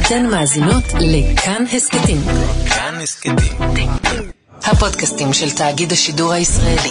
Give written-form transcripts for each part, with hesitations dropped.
אתן מאזינות לכאן הסקטים. כאן הסקטים. הפודקאסטים של תאגיד השידור הישראלי.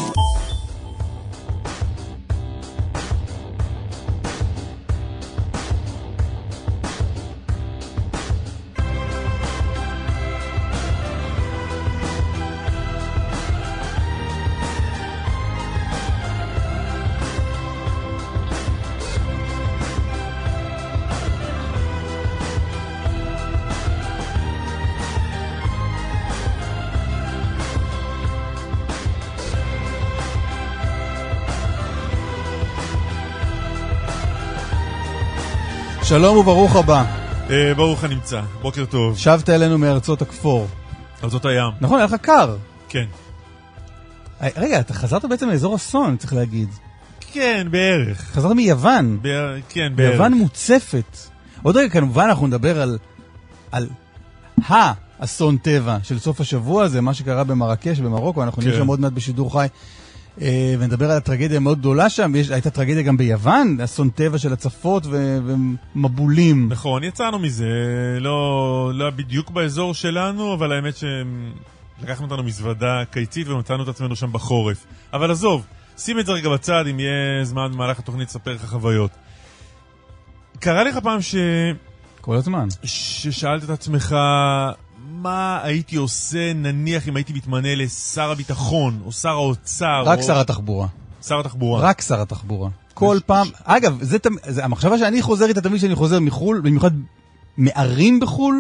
שלום וברוך הבא. ברוך הנמצא, בוקר טוב. שבת אלינו מארצות הכפור. ארצות הים. נכון, היה לך קר. כן. רגע, אתה חזרת בעצם לאזור אסון, צריך להגיד. כן, בערך. חזרת מיוון. כן, בערך. יוון מוצפת. עוד רגע, כמובן, אנחנו נדבר על האסון טבע של סוף השבוע, זה מה שקרה במרקש, במרוקו, אנחנו נהיה שם עוד מעט בשידור חי. ונדבר על הטרגדיה המאוד גדולה שם, הייתה טרגדיה גם ביוון, אסון טבע של הצפות ומבולים. נכון, יצאנו מזה, לא בדיוק באזור שלנו, אבל האמת שלקחנו אותנו מזוודה קיצית ומצאנו את עצמנו שם בחורף. אבל עזוב, שים את זה רגע בצד, אם יהיה זמן במהלך התוכנית לספר לך חוויות. קרה לך פעם כל הזמן. ששאלת את עצמך מה הייתי עושה, נניח, אם הייתי מתמנה לשר הביטחון, או שר האוצר, רק שר התחבורה. שר התחבורה. רק שר התחבורה. כל פעם, אגב, זה המחשבה שאני חוזר איתה תמיד שאני חוזר מחול, במיוחד מערים בחול,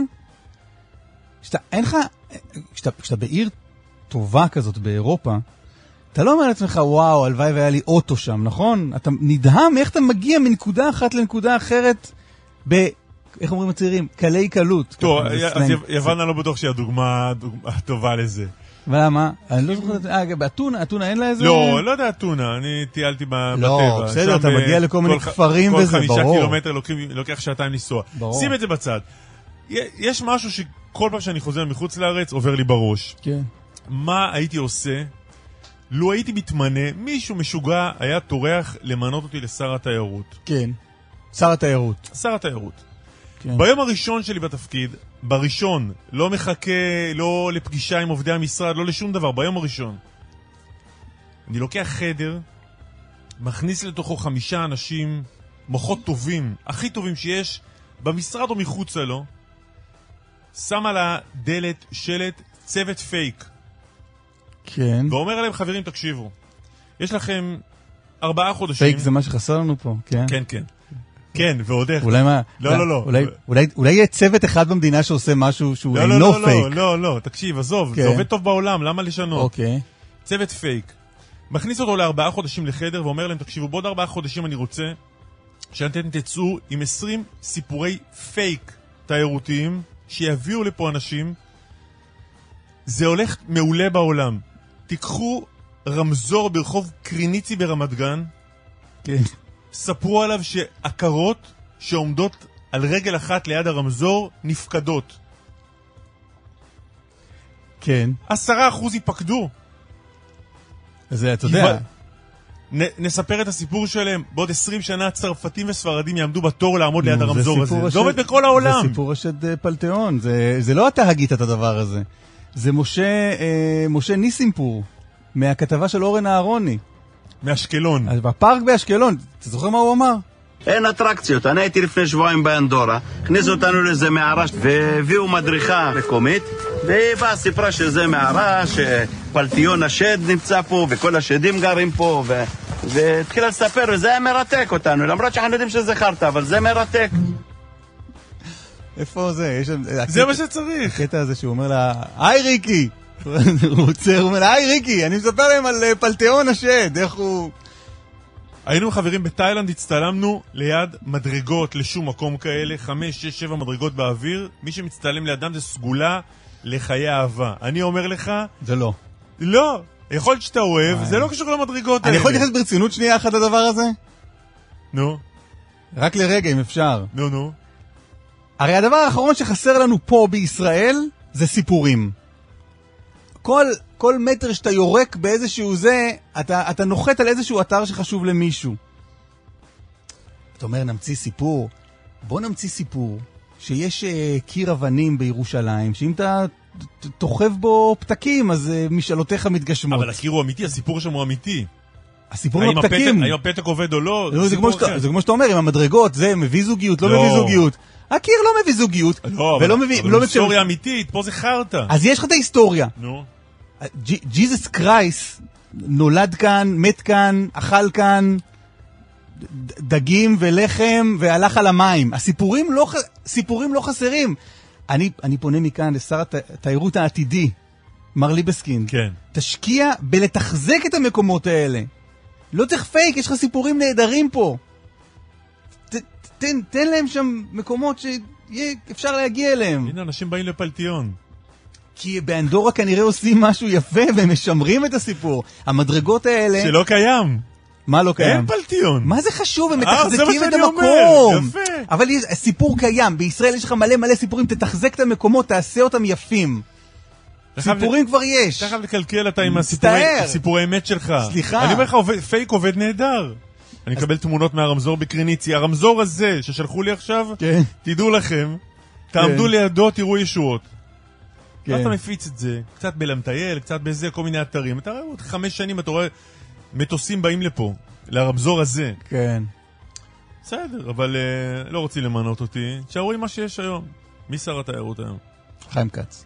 כשאתה בעיר טובה כזאת באירופה, אתה לא אומר לעצמך, וואו, הלוואי והיה לי אוטו שם, נכון? אתה נדהם איך אתה מגיע מנקודה אחת לנקודה אחרת איך אומרים הצעירים? קלי קלות. טוב, אז יוון אני לא בטוח שהיא הדוגמה הטובה לזה. ולמה? אני לא זוכר, באתונה אין לה איזה? לא יודע אתונה, אני טיילתי בטבע. לא, בסדר, אתה מגיע לכל מיני כפרים וזה, ברור. כל 5 קילומטר לוקח שעתיים לנסוע. שים את זה בצד. יש משהו שכל פעם שאני חוזר מחוץ לארץ עובר לי בראש. כן. מה הייתי עושה? לו הייתי מתמנה, מישהו משוגע היה טורח למנות אותי לשר התיירות. כן. שר התיירות. שר התיירות. כן. ביום הראשון שלי בתפקיד, בראשון, לא מחכה, לא לפגישה עם עובדי המשרד, לא לשום דבר, ביום הראשון. אני לוקח חדר, מכניס לתוכו 5 אנשים, מוחות טובים, הכי טובים שיש, במשרד או מחוצה לו, שם על הדלת שלט צוות פייק. כן. ואומר עליהם, חברים, תקשיבו, יש לכם 4 חודשים. פייק זה מה שחסר לנו פה, כן? כן, כן. כן, ועוד איך. אולי מה? לא. אולי יהיה צוות אחד במדינה שעושה משהו שהוא אינו פייק. לא, תקשיב, עזוב, זה עובד טוב בעולם, למה לשנות? אוקיי. צוות פייק. מכניס אותו ל4 חודשים לחדר ואומר להם, תקשיבו, בעוד 4 חודשים אני רוצה שאתם תצאו עם 20 סיפורי פייק תיירותיים שיביאו לפה אנשים. זה הולך מעולה בעולם. תיקחו רמזור ברחוב קריניצי ברמת גן. כן. ספרו עליו שעקרות שעומדות על רגל אחת ליד הרמזור נפקדות. כן. 10% ייפקדו. אז אתה יודע. נספר את הסיפור שלהם. בעוד 20 שנה צרפתים וספרדים יעמדו בתור לעמוד ליד הרמזור הזה. זה עובד בכל העולם. זה סיפור השד פלטאון. זה לא אתה הגית את הדבר הזה. זה משה ניסימפור, מהכתבה של אורן אהרוני. מאשקלון. אז בפארק באשקלון, אתה זוכר מה הוא אמר? אין אטרקציות. אני הייתי לפני שבועיים באנדורה, הכניסו אותנו לאיזה מערה והביאו מדריכה מקומית, והיא באה סיפרה שזה מערה, שפלטיון השד נמצא פה וכל השדים גרים פה, והתחילה לספר, וזה היה מרתק אותנו, למרות שאנחנו יודעים שזה חרטה, אבל זה מרתק. איפה זה? זה מה שצריך. הקטע הזה שהוא אומר לה, היי ריקי! הוא אומר לה, היי ריקי, אני מספר להם על פלטיון השד, איך הוא... היינו חברים בתאילנד, הצטלמנו ליד מדרגות לשום מקום כאלה, 5, 6, 7 מדרגות באוויר, מי שמצטלם לידם זה סגולה לחיי אהבה. אני אומר לך... זה לא. לא, יכול להיות שאתה אוהב, זה לא קשור למדרגות האלה. אני יכול להתייחס ברצינות שנייה אחת לדבר הזה? נו. רק לרגע, אם אפשר. נו. הרי הדבר האחרון שחסר לנו פה בישראל זה סיפורים. כל מטר שאתה יורק באיזשהו זה, אתה נוחת על איזשהו אתר שחשוב למישהו. אתה אומר, נמציא סיפור. בוא נמציא סיפור שיש קיר אבנים בירושלים, שאם אתה תוכב בו פתקים, אז משאלותיך מתגשמות. אבל הקיר הוא אמיתי, הסיפור שם הוא אמיתי. הסיפור הוא הפתקים. האם הפתק עובד או לא? זה כמו שאתה אומר, עם המדרגות, זה מביא זוגיות, לא מביא זוגיות. הקיר לא מביא זוגיות. לא, אבל היסטוריה אמיתית, פה זה חרטה. אז יש לך את ההיסטוריה. נו. ג'יזוס קרייסט נולד כאן, מת כאן, אכל כאן דגים ולחם והלך על המים. סיפורים לא חסרים. אני פונה מכאן לשר התיירות העתידי, מר ליבסקין. כן. תשקיע בלתחזק את המקומות האלה. לא צריך פייק, יש לך סיפורים נהדרים פה. תן להם שם מקומות שאפשר להגיע אליהם. הנה, אנשים באים לפלטיון. כי באנדורה כנראה עושים משהו יפה והם משמרים את הסיפור. המדרגות האלה... שלא קיים. מה לא קיים? אין פלטיון. מה זה חשוב? הם מתחזקים את המקום. יפה. אבל הסיפור קיים. בישראל יש לך מלא סיפורים. תתחזק את המקומות, תעשה אותם יפים. סיפורים כבר יש. אתה חייב לקלקל אתה עם הסיפורי אמת שלך. סליחה. אני אומר לך, פייק עובד נהדר. אני אקבל תמונות מהרמזור בקריניצי. הרמזור הזה ששלחו לי עכשיו, תדעו לכם, תעמדו לידו, תראו ישועות. ואז אתה מפיץ את זה, קצת בלמטייל, קצת בזה, כל מיני אתרים. אתה רואה עוד 5 שנים, אתה רואה מטוסים באים לפה, לרמזור הזה. כן. בסדר, אבל לא רוצים למנות אותי. תשארו עם מה שיש היום. מי שר התיירות היום? חיים כץ.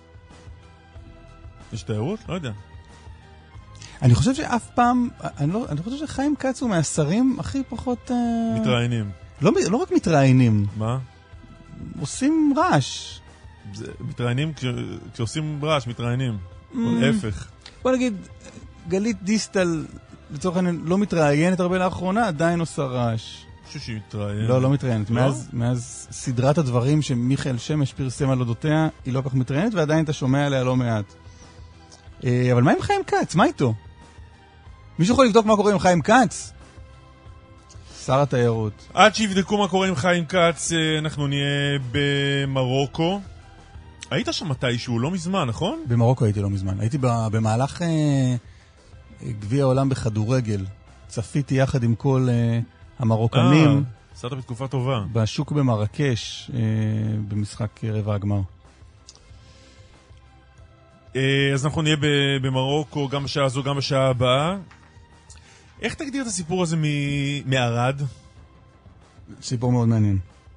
יש תיירות? לא יודע. אני חושב שאף פעם, אני חושב שחיים כץ הוא מהשרים הכי פחות... מתראיינים. לא רק מתראיינים. מה? עושים רעש. מתראיינים, כשעושים רעש, מתראיינים. או להפך. בוא נגיד, גלית דיסטל, לצורך העניין, לא מתראיינת הרבה לאחרונה, עדיין עושה רעש. משהו שהיא מתראיינת. לא מתראיינת. מאז סדרת הדברים שמיכאל שמש פרסם על אודותיה, היא לא כך מתראיינת, ועדיין אתה שומע עליה לא מעט. אבל מה עם חיים כץ? מה איתו? מישהו יכול לבדוק מה קורה עם חיים כץ? שר התיירות. עד שיבדקו מה קורה עם חיים כץ, אנחנו נהיה במרוקו. היית שם מתישהו, לא מזמן, נכון? במרוקו הייתי לא מזמן. הייתי במהלך גביע העולם בכדורגל. צפיתי יחד עם כל המרוקנים. עשית בתקופה טובה. בשוק במרקש, במשחק רבע הגמר. אז אנחנו נהיה במרוקו גם בשעה הזו, גם בשעה הבאה. איך תגדיר את הסיפור הזה מערד? סיפור מאוד מעניין.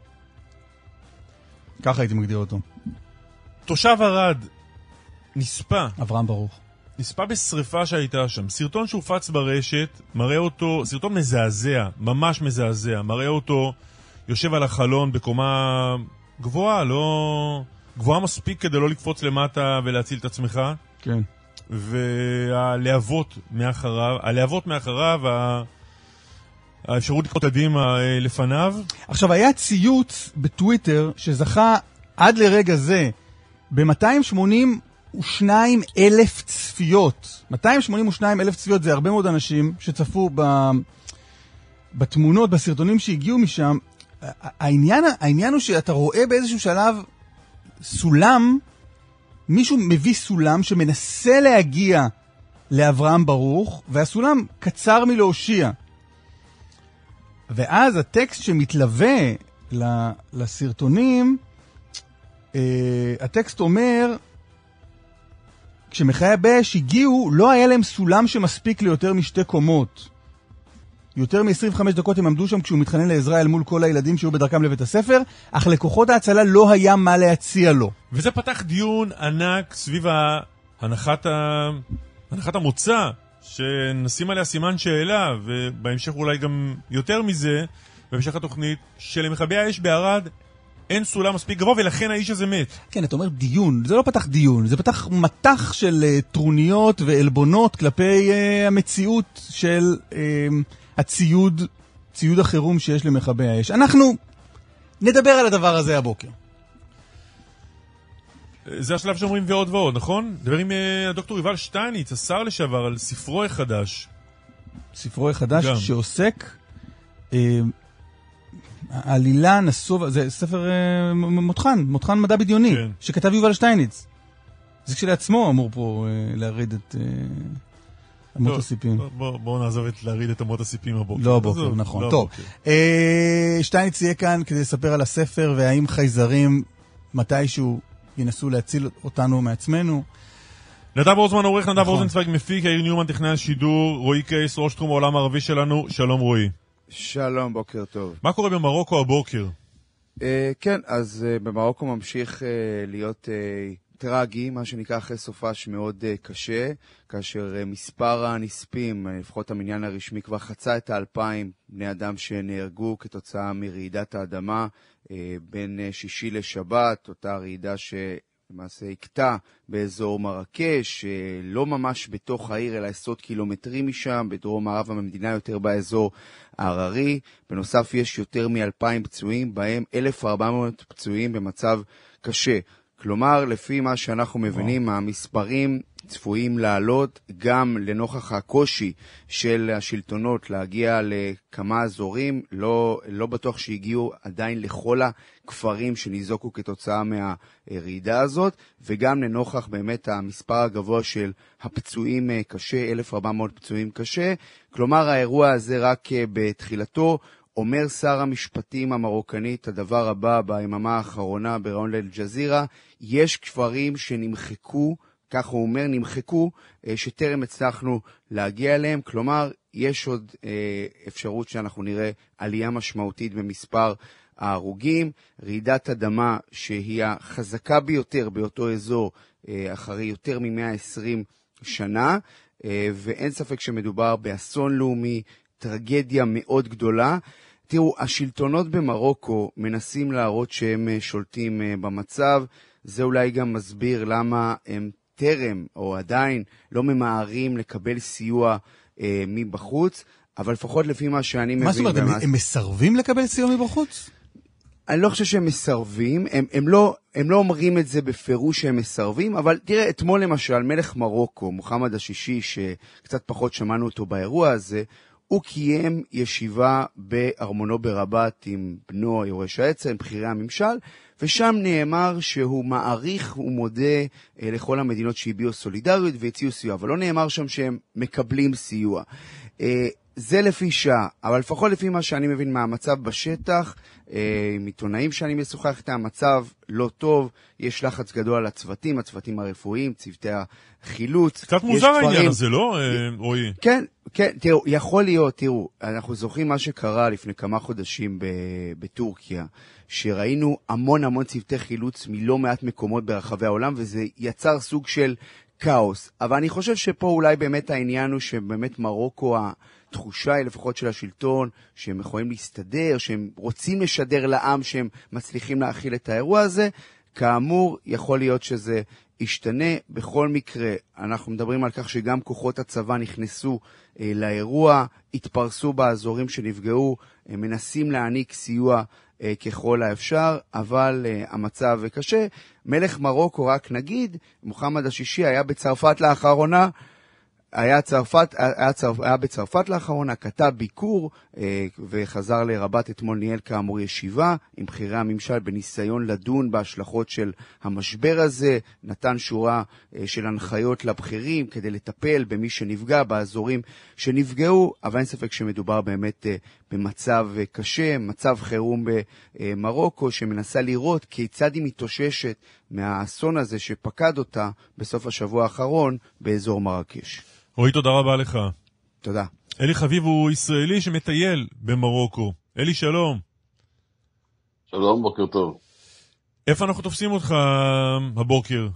ככה הייתי מגדיר אותו. תושב ערד נספה. אברהם ברוך. נספה בשריפה שהייתה שם. סרטון שהופץ ברשת, מראה אותו, סרטון מזעזע, ממש מזעזע. מראה אותו יושב על החלון בקומה גבוהה, לא... גבוהה מספיק כדי לא לקפוץ למטה ולהציל את עצמך. כן. והלהבות מאחריו, האפשרות לקרוא את עדים לפניו. עכשיו, היה ציוץ בטוויטר שזכה עד לרגע זה ב-282,000 צפיות. 282,000 צפיות זה הרבה מאוד אנשים שצפו בתמונות, בסרטונים שהגיעו משם. העניין הוא שאתה רואה באיזשהו שלב סולם, מישהו מביא סולם שמנסה להגיע לאברהם ברוך, והסולם קצר מלהושיע. ואז הטקסט שמתלווה לסרטונים, הטקסט אומר, כשמחיי הבאש הגיעו, לא היה להם סולם שמספיק ליותר משתי קומות. יותר מ-25 דקות הם עמדו שם כשהוא מתחנן לעזרה אל מול כל הילדים שהיו בדרכם לבית הספר, אך לכוחות ההצלה לא היה מה להציע לו. וזה פתח דיון ענק סביב הנחת המוצא, שנשים עליה סימן שאלה, ובהמשך אולי גם יותר מזה, בהמשך התוכנית, שלמכבי האש בערד אין סולם מספיק גבוה, ולכן האיש הזה מת. כן, אתה אומר דיון, זה לא פתח דיון, זה פתח מתח של טרוניות ואלבונות כלפי המציאות של ציוד החירום שיש למכבי האש. אנחנו נדבר על הדבר הזה הבוקר. זה השלב שאומרים ועוד ועוד, נכון? דבר עם הדוקטור יובל שטייניץ, השר לשעבר, על ספרו החדש. ספרו החדש גם. שעוסק העלילה נסוב, זה ספר מותחן מדע בדיוני, כן. שכתב יובל שטייניץ. זה כשלעצמו אמור פה להריד את אמות הסיפים. בואו נעזוב להריד את אמות הסיפים הבוקר. לא הבוקר, נכון. טוב, שטייניץ יהיה כאן כדי לספר על הספר, והאם חייזרים מתישהו ינסו להציל אותנו מעצמנו. נדב רוזמן עורך, נדב רוזנצוויג מפיק, יאיר ניומן תכנן השידור, רועי קייס, ראש תחום העולם הערבי שלנו. שלום רועי. שלום, בוקר טוב. מה קורה במרוקו הבוקר? כן, אז במרוקו ממשיך להיות טרגי, מה שנקרא אחרי סופש מאוד קשה, כאשר מספר הנספים, לפחות המניין הרשמי, כבר חצה את 2,000 בני אדם שנהרגו כתוצאה מרעידת האדמה בין שישי לשבת, אותה רעידה למעשה הקטע באזור מרקש, לא ממש בתוך העיר, אלא עשרות קילומטרים משם, בדרום מערב המדינה, יותר באזור העררי. בנוסף יש יותר מ-2,000 פצועים, בהם 1,400 פצועים במצב קשה. כלומר, לפי מה שאנחנו מבינים, המספרים צפויים לעלות גם לנוכח הקושי של השלטונות להגיע לכמה אזורים, לא בטוח שהגיעו עדיין לכל הכפרים שניזוקו כתוצאה מהרעידה הזאת, וגם לנוכח באמת המספר הגבוה של הפצועים קשה, 1,400 פצועים קשה. כלומר, האירוע הזה רק בתחילתו. אומר שר המשפטים המרוקני את הדבר הבא ביממה האחרונה בראיון לאל-ג'זירה, יש כפרים שנמחקו, כך הוא אומר, נמחקו, שטרם הצלחנו להגיע אליהם. כלומר, יש עוד אפשרות שאנחנו נראה עלייה משמעותית במספר ההרוגים. רעידת אדמה שהיא החזקה ביותר באותו אזור אחרי יותר מ-120 שנה, ואין ספק שמדובר באסון לאומי, טרגדיה מאוד גדולה. תראו, השלטונות במרוקו מנסים להראות שהם שולטים במצב. זה אולי גם מסביר למה הם טרם או עדיין לא ממהרים לקבל סיוע מבחוץ, אבל לפחות לפי מה שאני מבין... מה זאת אומרת, הם מסרבים לקבל סיוע מבחוץ? אני לא חושב שהם מסרבים, הם לא אומרים את זה בפירוש שהם מסרבים, אבל תראה, אתמול למשל, מלך מרוקו, מוחמד השישי, שקצת פחות שמענו אותו באירוע הזה, הוא קיים ישיבה בארמונו ברבת עם בנו יורש העצר, עם בחירי הממשל, ושם נאמר שהוא מעריך ומודה לכל המדינות שהביעו סולידריות והציעו סיוע, אבל לא נאמר שם שהם מקבלים סיוע. זה לפי שעה, אבל לפחות לפי מה שאני מבין מהמצב בשטח, עם עיתונאים שאני משוחח איתם, המצב לא טוב, יש לחץ גדול על הצוותים הרפואיים, צוותי החילוץ. קצת מוזר העניין הזה, לא, רועי? כן, תראו, יכול להיות, אנחנו זוכרים מה שקרה לפני כמה חודשים בטורקיה, שראינו המון צוותי חילוץ מלא מעט מקומות ברחבי העולם, וזה יצר סוג של כאוס. אבל אני חושב שפה אולי באמת העניין הוא שבאמת מרוקו, התחושה היא לפחות של השלטון, שהם יכולים להסתדר, שהם רוצים לשדר לעם שהם מצליחים להכיל את האירוע הזה. כאמור, יכול להיות שזה ישתנה. בכל מקרה, אנחנו מדברים על כך שגם כוחות הצבא נכנסו לאירוע, התפרסו באזורים שנפגעו, מנסים להעניק סיוע ככל האפשר, אבל המצב קשה. מלך מרוקו, רק נגיד, מוחמד השישי היה בצרפת לאחרונה, היה בצרפת לאחרונה, כתב ביקור וחזר לרבת אתמול, ניהל כאמור ישיבה עם בחירי הממשל בניסיון לדון בהשלכות של המשבר הזה, נתן שורה של הנחיות לבחירים כדי לטפל במי שנפגע, באזורים שנפגעו, אבל אין ספק שמדובר באמת במצב קשה, מצב חירום במרוקו, שמנסה לראות כיצד היא מתאוששת מהאסון הזה שפקד אותה בסוף השבוע האחרון באזור מרקש. רועי, תודה רבה לך. תודה. אלי חביב הוא ישראלי שמטייל במרוקו. אלי, שלום. שלום, בוקר טוב. איפה אנחנו תופסים אותך הבוקר?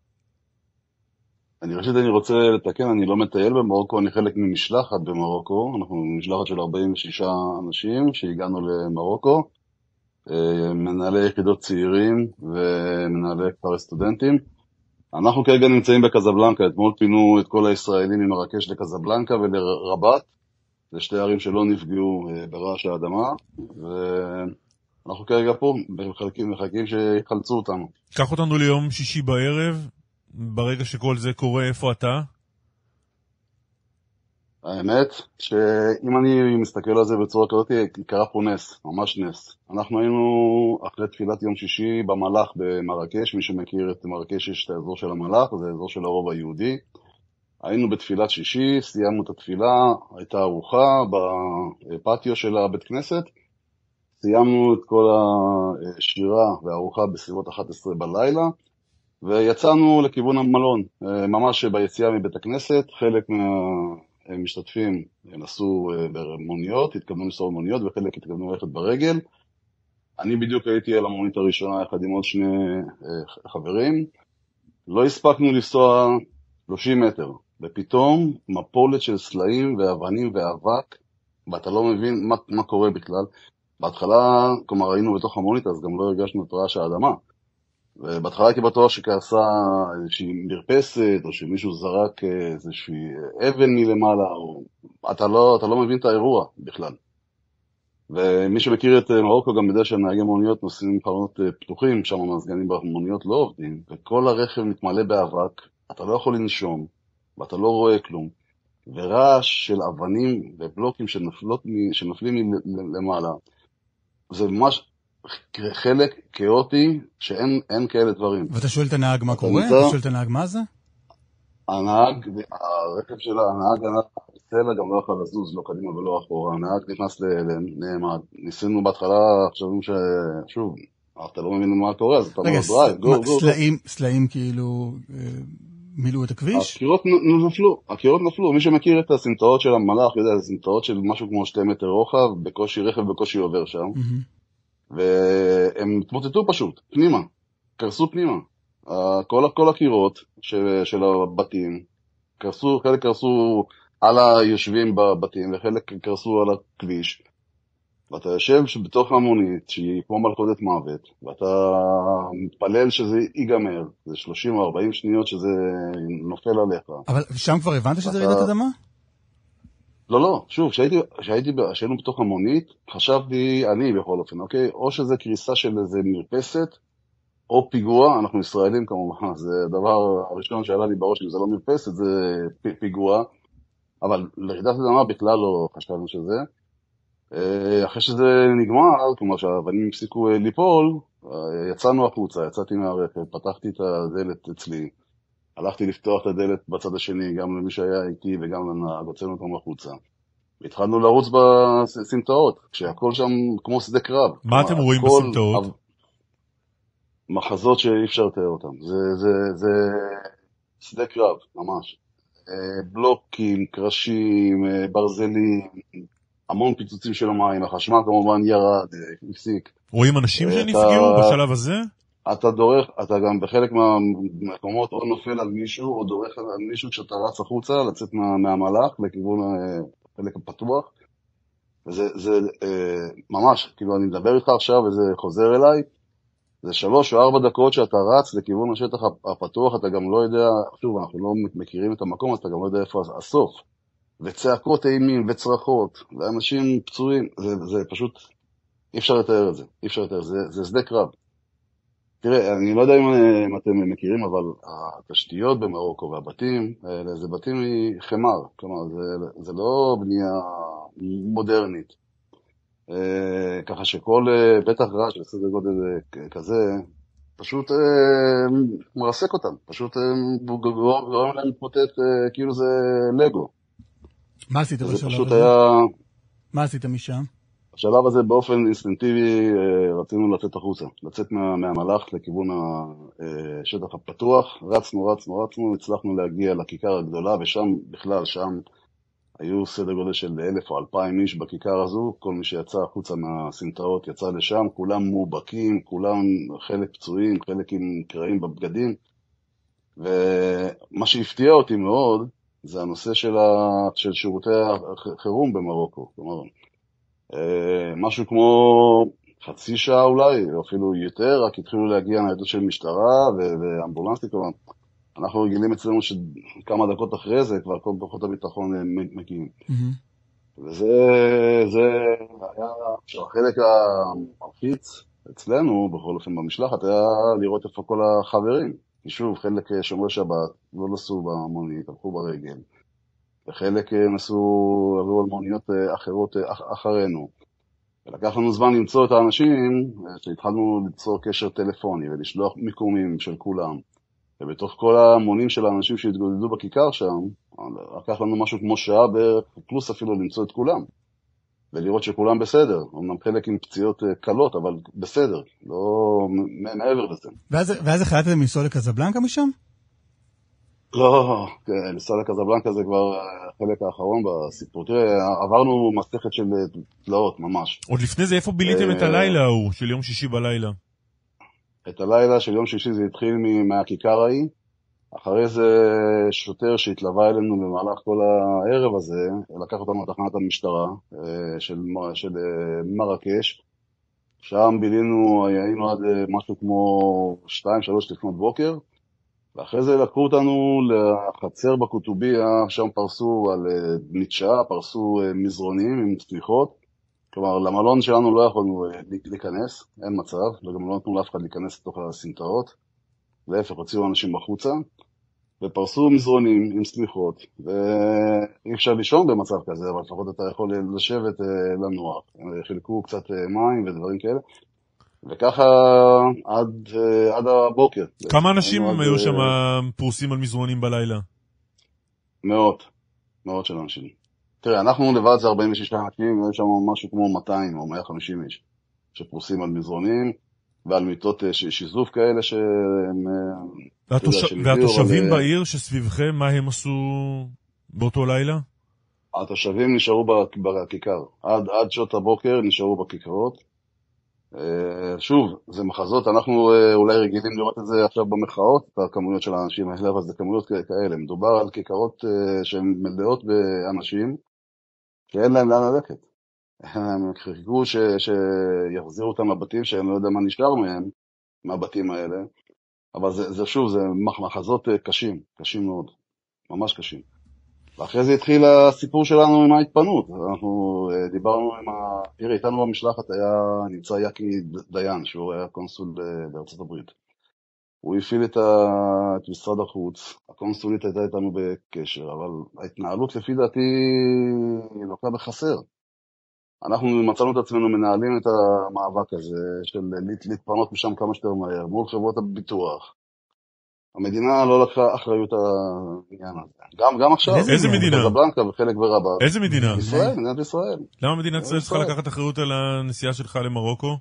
אני רוצה לתקן, אני לא מטייל במרוקו, אני חלק ממשלחת במרוקו. אנחנו משלחת של 46 אנשים שהגענו למרוקו. מנהלי יחידות צעירים ומנהלי כפר סטודנטים. אנחנו כרגע נמצאים בקזבלנקה, אתמול פינו את כל הישראלים ממרקש לקזבלנקה ולרבת, זה שתי ערים שלא נפגעו ברעש האדמה, ואנחנו כרגע פה מחכים שיחלצו אותנו. קח אותנו ליום שישי בערב, ברגע שכל זה קורה, איפה אתה? האמת שאם אני מסתכל על זה בצורה כזאת, קרה פה נס, ממש נס. אנחנו היינו אחרי תפילת יום שישי במלאך במרקש, מי שמכיר את מרקש יש את האזור של המלאך, זה האזור של הרוב היהודי. היינו בתפילת שישי, סיימנו את התפילה, הייתה ארוחה בפטיו של הבית כנסת, סיימנו את כל השירה והארוחה בסביבות 11 בלילה, ויצאנו לכיוון המלון, ממש ביציאה מבית הכנסת. חלק מהמשתתפים נסעו במוניות, התכוונו לנסוע במוניות, וחלק התכוונו ללכת ברגל. אני בדיוק הייתי על המונית הראשונה יחד עם עוד שני חברים. לא הספקנו לנסוע 30 מטר, ופתאום מפולת של סלעים ואבנים ואבק, ואתה לא מבין מה קורה בכלל. בהתחלה, כלומר, היינו בתוך המונית, אז גם לא הרגשנו את רעש האדמה. ובהתחלה הייתי בטוח שכעסה איזושהי מרפסת, או שמישהו זרק איזושהי אבן מלמעלה, או... אתה לא מבין את האירוע בכלל. ומי שמכיר את מרוקו גם יודע שהנהגי מוניות נוסעים עם חלונות פתוחים, שם המזגנים במוניות לא עובדים, וכל הרכב מתמלא באבק, אתה לא יכול לנשום, ואתה לא רואה כלום, ורעש של אבנים ובלוקים שנופלים למעלה. זה ממש חלק כאוטי שאין כאלה דברים. ואתה שואל את הנהג מה קורה? אתה שואל את הנהג מה זה? הרכב שלה, הנהג סלע גם לא יכול לזוז, לא קדימה ולא אחורה. הנהג נכנס לנעמד. ניסינו בהתחלה, חשבים ששוב, אתה לא מבין מה קורה, אז אתה לא דרייב, גו. סלעים כאילו מילאו את הכביש? הקירות נפלו. מי שמכיר את הסמטאות של המלאך, יודע, זה סמטאות של משהו כמו 2 מטר רוחב, בקושי רכב בקושי עובר שם. והם התמוטטו פשוט, פנימה, קרסו פנימה. כל הקירות של הבתים קרסו, חלק קרסו על היושבים בבתים וחלק קרסו על הכביש, ואתה יושב בתוך המונית שהיא כמו מלכודת מוות, ואתה מתפלל שזה ייגמר, זה 30 או 40 שניות שזה נופל עליך. אבל שם כבר הבנת שזה רעידת אדמה? לא, שוב, כשהיינו בתוך המונית, חשבתי, אני בכל אופן, אוקיי, או שזה קריסה של איזה מרפסת, או פיגוע, אנחנו ישראלים כמובן, זה הדבר הראשון שעלה לי בראש, אם זה לא מרפסת, זה פיגוע, אבל לרעידת אדמה בכלל לא חשבנו שזה. אחרי שזה נגמר, כלומר שהאבנים הפסיקו ליפול, יצאנו החוצה, יצאתי מהרכב, פתחתי את הדלת אצלי, הלכתי לפתוח את הדלת בצד השני, גם למי שהיה איתי וגם לנהג, הוצאנו אותם החוצה. והתחלנו לרוץ בסמטאות, כשהכל שם כמו שדה קרב. מה אתם רואים בסמטאות? מחזות שאי אפשר לתאר אותם. זה שדה קרב, ממש. בלוקים, קרשים, ברזלים, המון פיצוצים של המים, החשמל כמובן ירד, הפסיק. רואים אנשים שנפגעו בשלב הזה? אתה דורך, אתה גם בחלק מהמקומות או נופל על מישהו, או דורך על מישהו כשאתה רץ החוצה, לצאת מהמלאך לכיוון החלק הפתוח. וזה ממש, כאילו אני מדבר איתך עכשיו וזה חוזר אליי, זה 3 או 4 דקות שאתה רץ לכיוון השטח הפתוח, אתה גם לא יודע, שוב, אנחנו לא מכירים את המקום, אז אתה גם לא יודע איפה הסוף. וצעקות אימים וצרחות, ואנשים פצועים, זה פשוט, אי אפשר לתאר את זה, אי אפשר לתאר, זה שדה קרב. תראה, אני לא יודע אם אתם מכירים, אבל התשתיות במרוקו והבתים, זה בתים מחמר, כלומר, זה לא בנייה מודרנית. ככה שכל בטח רעש בסדר גודל כזה, פשוט מרסק אותם, פשוט גורם להם להתמוטט כאילו זה לגו. מה עשית בשלב הזה? מה עשית משם? בשלב הזה באופן אינסטינקטיבי רצינו לצאת החוצה, לצאת מהמלאך לכיוון השטח הפתוח, רצנו, הצלחנו להגיע לכיכר הגדולה, ושם בכלל, שם היו סדר גודל של 1,000 או 2,000 איש בכיכר הזו, כל מי שיצא החוצה מהסמטאות יצא לשם, כולם מובקים, כולם חלק פצועים, חלק עם קרעים בבגדים, ומה שהפתיע אותי מאוד, זה הנושא של שירותי החירום במרוקו, כלומר, משהו כמו חצי שעה אולי, או אפילו יותר, רק התחילו להגיע ניידות של משטרה ואמבולנסים, כלומר, אנחנו רגילים אצלנו שכמה דקות אחרי זה כבר כל כוחות הביטחון מגיעים. וזה היה, שהחלק המלחיץ אצלנו, בכל אופן במשלחת, היה לראות איפה כל החברים. כי שוב, חלק שומרי שבת לא נסעו במונית, הלכו ברגל. וחלק עברו על מוניות אחרות אחרינו. ולקח לנו זמן למצוא את האנשים, שהתחלנו ליצור קשר טלפוני ולשלוח מיקומים של כולם. ובתוך כל המונים של האנשים שהתגודדו בכיכר שם, לקח לנו משהו כמו שעה בערך, פלוס אפילו למצוא את כולם, ולראות שכולם בסדר. אמנם חלק עם פציעות קלות, אבל בסדר, לא מעבר לזה. ואז החלטתם לנסוע לקזבלנקה משם? לא, לנסוע לקזבלנקה זה כבר החלק האחרון בסיפור. תראה, עברנו מסכת של תלאות, ממש. עוד לפני זה, איפה ביליתם את הלילה ההוא, של יום שישי בלילה? את הלילה של יום שישי זה התחיל מהכיכר ההיא, אחרי זה שוטר שהתלווה אלינו במהלך כל הערב הזה, לקח אותנו לתחנת המשטרה של מרקש, שם בילינו, היינו עד משהו כמו 2-3 לפנות בוקר, ואחרי זה לקחו אותנו לחצר בקוטוביה, שם פרסו על מדשאה, פרסו מזרונים עם צליחות, כלומר למלון שלנו לא יכולנו להיכנס, אין מצב, וגם לא נתנו לאף אחד להיכנס לתוך הסמטאות, להפך, הוציאו אנשים בחוצה, ופרסו מזרונים עם סליחות, ואי אפשר לישון במצב כזה, אבל לפחות אתה יכול לשבת לנוח. חילקו קצת מים ודברים כאלה, וככה עד הבוקר. כמה אנשים היו שם פרוסים על מזרונים בלילה? מאות של אנשים. תראה, אנחנו לבד זה 46 אנשים, ויש שם משהו כמו 200 או 150 איש, שפרוסים על מזרונים, ועל מיטות שיזוף כאלה שהם... והתושבים בעיר שסביבכם, מה הם עשו באותו לילה? התושבים נשארו בכיכר. עד שעות הבוקר נשארו בכיכרות. שוב, זה מחזות, אנחנו אולי רגילים לראות את זה עכשיו במחאות, את הכמויות של האנשים האלה, אבל זה כמויות כאלה. מדובר על כיכרות שהן מלאות באנשים שאין להם לאן ללכת. הם חיכו שיחזירו אותם לבתים, שאני לא יודע מה נשאר מהם, מהבתים האלה, אבל זה שוב, זה מחזות קשים מאוד, ממש קשים. ואחרי זה התחיל הסיפור שלנו עם ההתפנות, אנחנו דיברנו תראה, איתנו במשלחת נמצא יקי דיין, שהוא היה קונסול בארצות הברית. הוא הפעיל את משרד החוץ, הקונסולית הייתה איתנו בקשר, אבל ההתנהלות לפי דעתי לוקה בחסר. אנחנו מצאנו את עצמנו מנהלים את המאבק הזה של להתפנות משם כמה שיותר מהר, מול חברות הביטוח. המדינה לא לקחה אחריות העניין הזה. גם עכשיו. איזה מדינה? בקזבלנקה וחלק ברבה. איזה מדינה? ישראל, מדינת ישראל. למה מדינת ישראל צריכה לקחת אחריות על הנסיעה שלך למרוקו?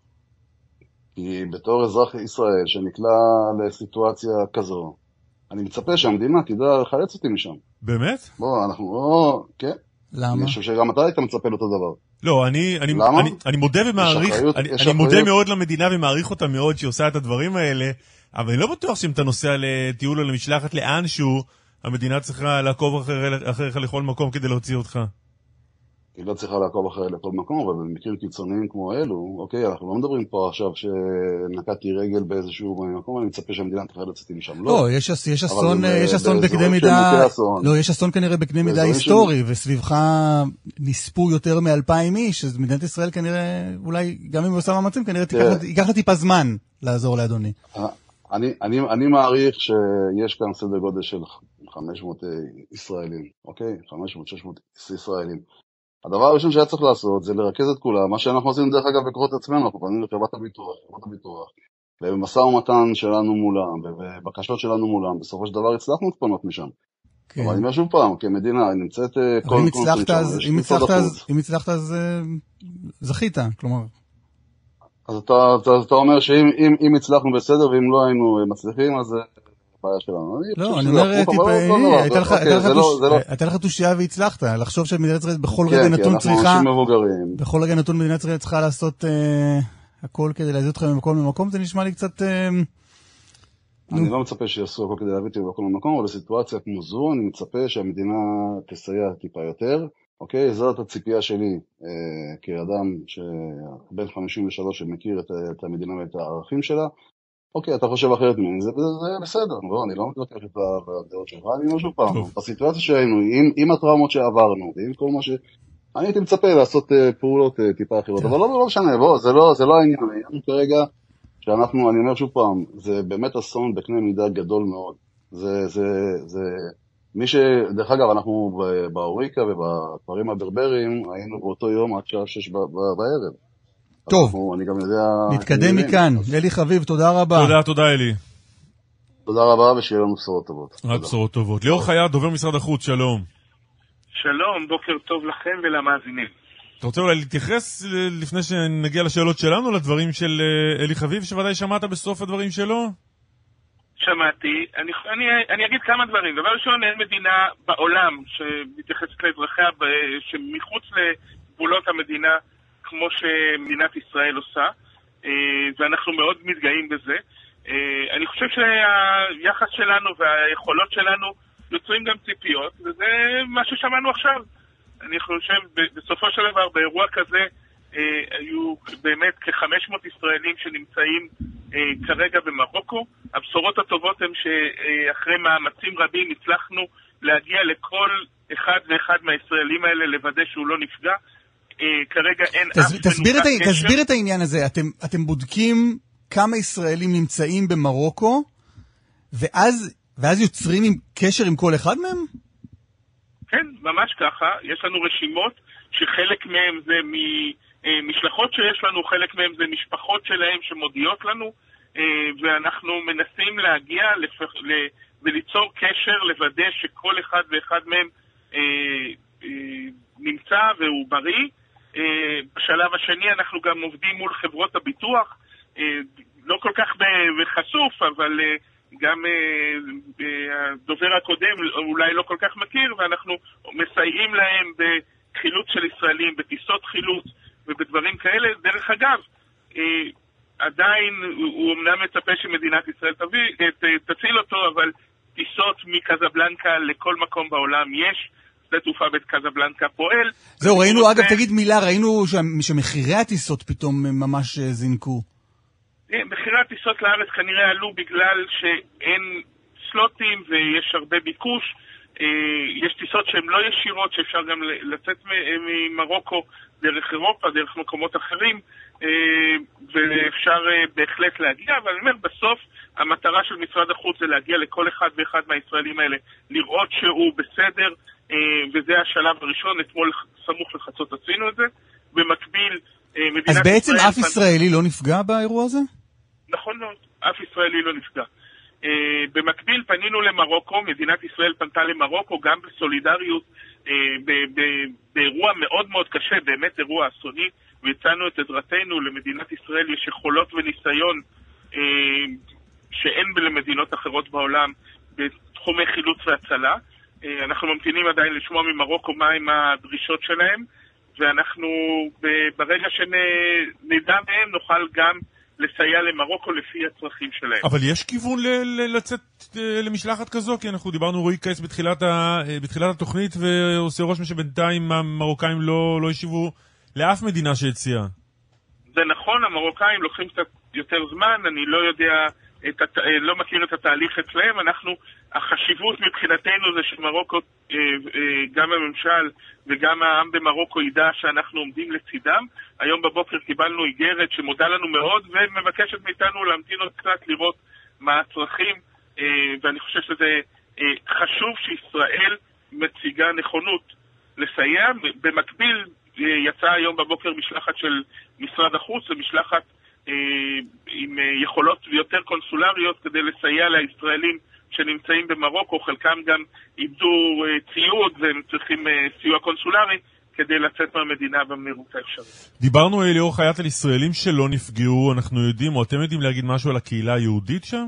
כי בתור אזרח ישראל שנקלע לסיטואציה כזו, אני מצפה שהמדינה תדע לחלץ אותי משם. באמת? אנחנו כן. למה? אני חושב שגם אתה היית מצפה לאותו דבר. לא, אני מודה ומעריך, אני מודה מאוד למדינה ומעריך אותה מאוד שהיא עושה את הדברים האלה, אבל אני לא בטוח שאם אתה נוסע לטיול או למשלחת לאנשהו, המדינה צריכה לעקוב אחריך לכל מקום כדי להוציא אותך. היא לא צריכה לעקוב אחרי לכל מקום, אבל במקרים קיצוניים כמו אלו, אוקיי, אנחנו לא מדברים פה עכשיו שנקעתי רגל באיזשהו מקום, אני מצפה שהמדינה תחלץ אותי משם. לא, יש אסון בקנה מידה, לא, יש אסון כנראה בקנה מידה היסטורי, וסביבך נספו יותר מ-2,000 איש, אז מדינת ישראל כנראה, אולי גם אם היא עושה מאמצים, כנראה ייקח לה טיפה זמן לעזור לאדוני. אני מעריך שיש כאן סדר גודל של 500 ישראלים, אוקיי? 500-600 ישראלים. הדבר הראשון שהיה צריך לעשות זה לרכז את כולם, מה שאנחנו עשינו דרך אגב בכוחות עצמנו, אנחנו פנינו לחברת הביטוח, ובמשא ומתן שלנו מולם, ובבקשות שלנו מולם, בסופו של דבר הצלחנו להתפנות משם. כן. אבל אני אומר שוב פעם, כמדינה, אני נמצאת כל קונסולית שם, אם הצלחת אז זכית, כלומר. אז אתה אומר שאם הצלחנו בסדר, ואם לא היינו מצליחים, אז בעיה שלנו. לא, אני אומר, הייתה לך תושייה והצלחת, לחשוב שמדינת ישראל בכל רגע נתון צריכה, בכל רגע נתון מדינת ישראל צריכה לעשות הכל כדי להזיז אותך ממקום למקום, זה נשמע לי קצת... אני לא מצפה שיעשו הכל כדי להביא אותי במקום למקום, אבל לסיטואציה כמו זו, אני מצפה שהמדינה תסייע טיפה יותר, אוקיי? זאת הציפייה שלי כאדם שבין 53 שמכיר את המדינה ואת הערכים שלה, אוקיי, אתה חושב אחרת ממני, זה בסדר, לא, אני לא מתווכח את הדעות שלך, אני אומר שוב פעם, בסיטואציה שהיינו, עם הטראומות שעברנו, ועם כל מה אני הייתי מצפה לעשות פעולות טיפה אחרות, אבל לא משנה, זה לא העניין, העניין כרגע, שאנחנו, אני אומר שוב פעם, זה באמת אסון בקנה מידה גדול מאוד, דרך אגב, אנחנו באוריקה ובכפרים הברברים, היינו באותו יום עד שעה 6 בערב. טוב, אני גם יודע... נתקדם מכאן. אלי חביב, תודה רבה. תודה אלי. תודה רבה ושיהיה לנו בשורות טובות. רק בשורות טובות. ליאור חייט, דובר משרד החוץ, שלום. שלום, בוקר טוב לכם ולמאזינים. אתה רוצה אולי להתייחס לפני שנגיע לשאלות שלנו, לדברים של אלי חביב, שוודאי שמעת בסוף הדברים שלו? שמעתי. אני אגיד כמה דברים. דבר ראשון, אין מדינה בעולם שמתייחסת לאזרחיה שמחוץ לגבולות המדינה כמו שמדינת ישראל עושה, ואנחנו מאוד מתגאים בזה. אני חושב שהיחס שלנו והיכולות שלנו יוצרים גם ציפיות, וזה מה ששמענו עכשיו. אני חושב, בסופו של דבר, באירוע כזה, היו באמת כ-500 ישראלים שנמצאים כרגע במרוקו. הבשורות הטובות הן שאחרי מאמצים רבים הצלחנו להגיע לכל אחד ואחד מהישראלים האלה, לוודא שהוא לא נפגע. כרגע אין תסביר את העניין הזה. אתם בודקים כמה ישראלים נמצאים במרוקו, ואז יוצרים קשר עם כל אחד מהם? כן, ממש ככה. יש לנו רשימות שחלק מהם זה משלחות שיש לנו, חלק מהם זה משפחות שלהם שמודיעות לנו, ואנחנו מנסים להגיע וליצור קשר, לוודא שכל אחד ואחד מהם נמצא והוא בריא. בשלב השני אנחנו גם עובדים מול חברות הביטוח, לא כל כך בחשוף, אבל גם הדובר הקודם אולי לא כל כך מכיר, ואנחנו מסייעים להם בחילוץ של ישראלים, בטיסות חילוץ ובדברים כאלה. דרך אגב, עדיין הוא אמנם מצפה שמדינת ישראל תציל אותו, אבל טיסות מקזבלנקה לכל מקום בעולם יש. שדה תעופה בקזבלנקה פועל. זהו, ראינו, אגב, תגיד מילה, ראינו שמחירי הטיסות פתאום ממש זינקו. מחירי הטיסות לארץ כנראה עלו בגלל שאין סלוטים ויש הרבה ביקוש. יש טיסות שהן לא ישירות, שאפשר גם לצאת ממרוקו דרך אירופה, דרך מקומות אחרים, ואפשר בהחלט להגיע. אבל אני אומר, בסוף המטרה של משרד החוץ זה להגיע לכל אחד ואחד מהישראלים האלה, לראות שהוא בסדר, וזה השלב הראשון. אתמול סמוך לחצות עשינו את זה. במקביל, אז בעצם אף ישראלי לא נפגע באירוע הזה? נכון מאוד, אף ישראלי לא נפגע. במקביל פנינו למרוקו, מדינת ישראל פנתה למרוקו גם בסולידריות, באירוע מאוד מאוד קשה, באמת אירוע אסוני, והצענו את עזרתנו. למדינת ישראל יש יכולות וניסיון שאין למדינות אחרות בעולם בתחומי חילוץ והצלה. אנחנו ממתינים עדיין לשמוע ממרוקו מהם הדרישות שלהם, ואנחנו ברגע שנדע מהם נוכל גם לסייע למרוקו לפי הצרכים שלהם. אבל יש כיוון לצאת למשלחת כזו? כי אנחנו דיברנו רועי קייס בתחילת התוכנית, ועושה רושם שבינתיים המרוקאים לא השיבו לאף מדינה שהציעה. זה נכון, המרוקאים לוקחים קצת יותר זמן, אני לא יודע, לא מכיר את התהליך אצלהם. החשיבות מבחינתנו זה שמרוקו, גם הממשל וגם העם במרוקו ידע שאנחנו עומדים לצידם. היום בבוקר קיבלנו איגרת שמודה לנו מאוד ומבקשת מאיתנו להמתין עוד קצת לראות מה הצרכים, ואני חושב שזה חשוב שישראל מציגה נכונות לסייע. במקביל יצאה היום בבוקר משלחת של משרד החוץ, ומשלחת עם יכולות יותר קונסולריות כדי לסייע לישראלים שנמצאים במרוקו. חלקם גם איבדו ציוד והם צריכים סיוע קונסולרי כדי לצאת מהמדינה במהירות האפשרית. דיברנו ליאור חייט על ישראלים שלא נפגעו. אנחנו יודעים, או אתם יודעים להגיד משהו על הקהילה היהודית שם?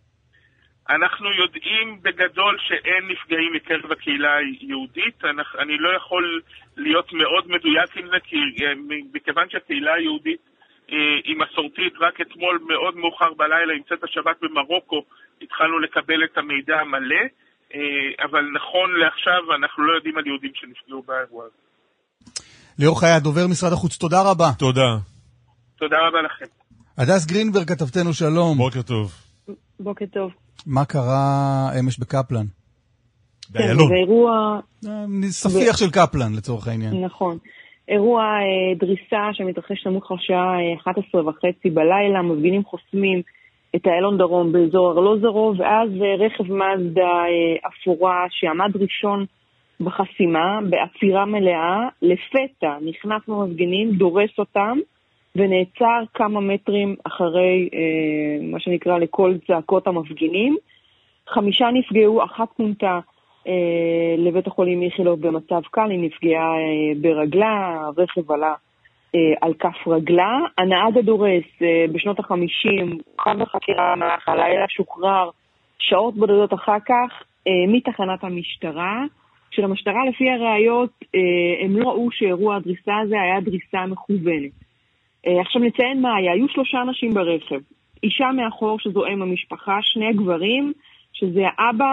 אנחנו יודעים בגדול שאין נפגעים מקרב הקהילה היהודית. אני לא יכול להיות מאוד מדויק עם זה, כי מכיוון שהקהילה היהודית היא מסורתית, רק אתמול מאוד מאוחר בלילה, עם צאת השבת במרוקו, התחלנו לקבל את המידע המלא, אבל נכון לעכשיו אנחנו לא יודעים על יהודים שנפגעו באירוע הזה. ליאור חייט, דובר משרד החוץ, תודה רבה. תודה. תודה רבה לכם. הדס גרינברג, כתבתנו, שלום. בוקר טוב. בוקר טוב. מה קרה אמש בקפלן? באיילון. זה אירוע... ספיח של קפלן לצורך העניין. נכון. אירוע דריסה שמתרחש סמוך לשעה 11:30 בלילה. מפגינים חוסמים את איילון דרום באזור ארלוזורוב, ואז רכב מזדה אפורה שעמד ראשון בחסימה, בעצירה מלאה, לפתע נכנס במפגינים, דורס אותם, ונעצר כמה מטרים אחרי מה שנקרא לכל צעקות המפגינים, 5 נפגעו, 1 פונתה לבית החולים איכילוב במצב קל, היא נפגעה ברגלה, הרכב עלה על כף רגלה. הנהג הדורס בשנות ה-50, חב בחקירה מהלילה, שוחרר שעות בודדות אחר כך מתחנת המשטרה. של המשטרה לפי הראיות הם לא ראו שאירוע הדריסה הזה היה דריסה מכוונת. עכשיו נציין מה היה, היו 3 אנשים ברכב, אישה מאחור שזו אם המשפחה, 2 גברים שזה האבא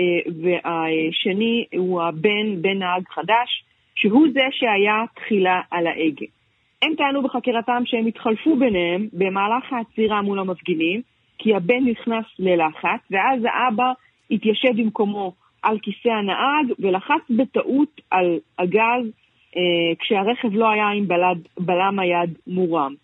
והשני הוא הבן, בן נהג חדש, שהוא זה שהיה תחילה על ההגה. הם טענו בחקירתם שהם התחלפו ביניהם במהלך העצירה מול המפגינים, כי הבן נכנס ללחץ, ואז האבא התיישב במקומו על כיסא הנהג, ולחץ בטעות על הגז, כשהרכב לא היה עם בלם היד מורם.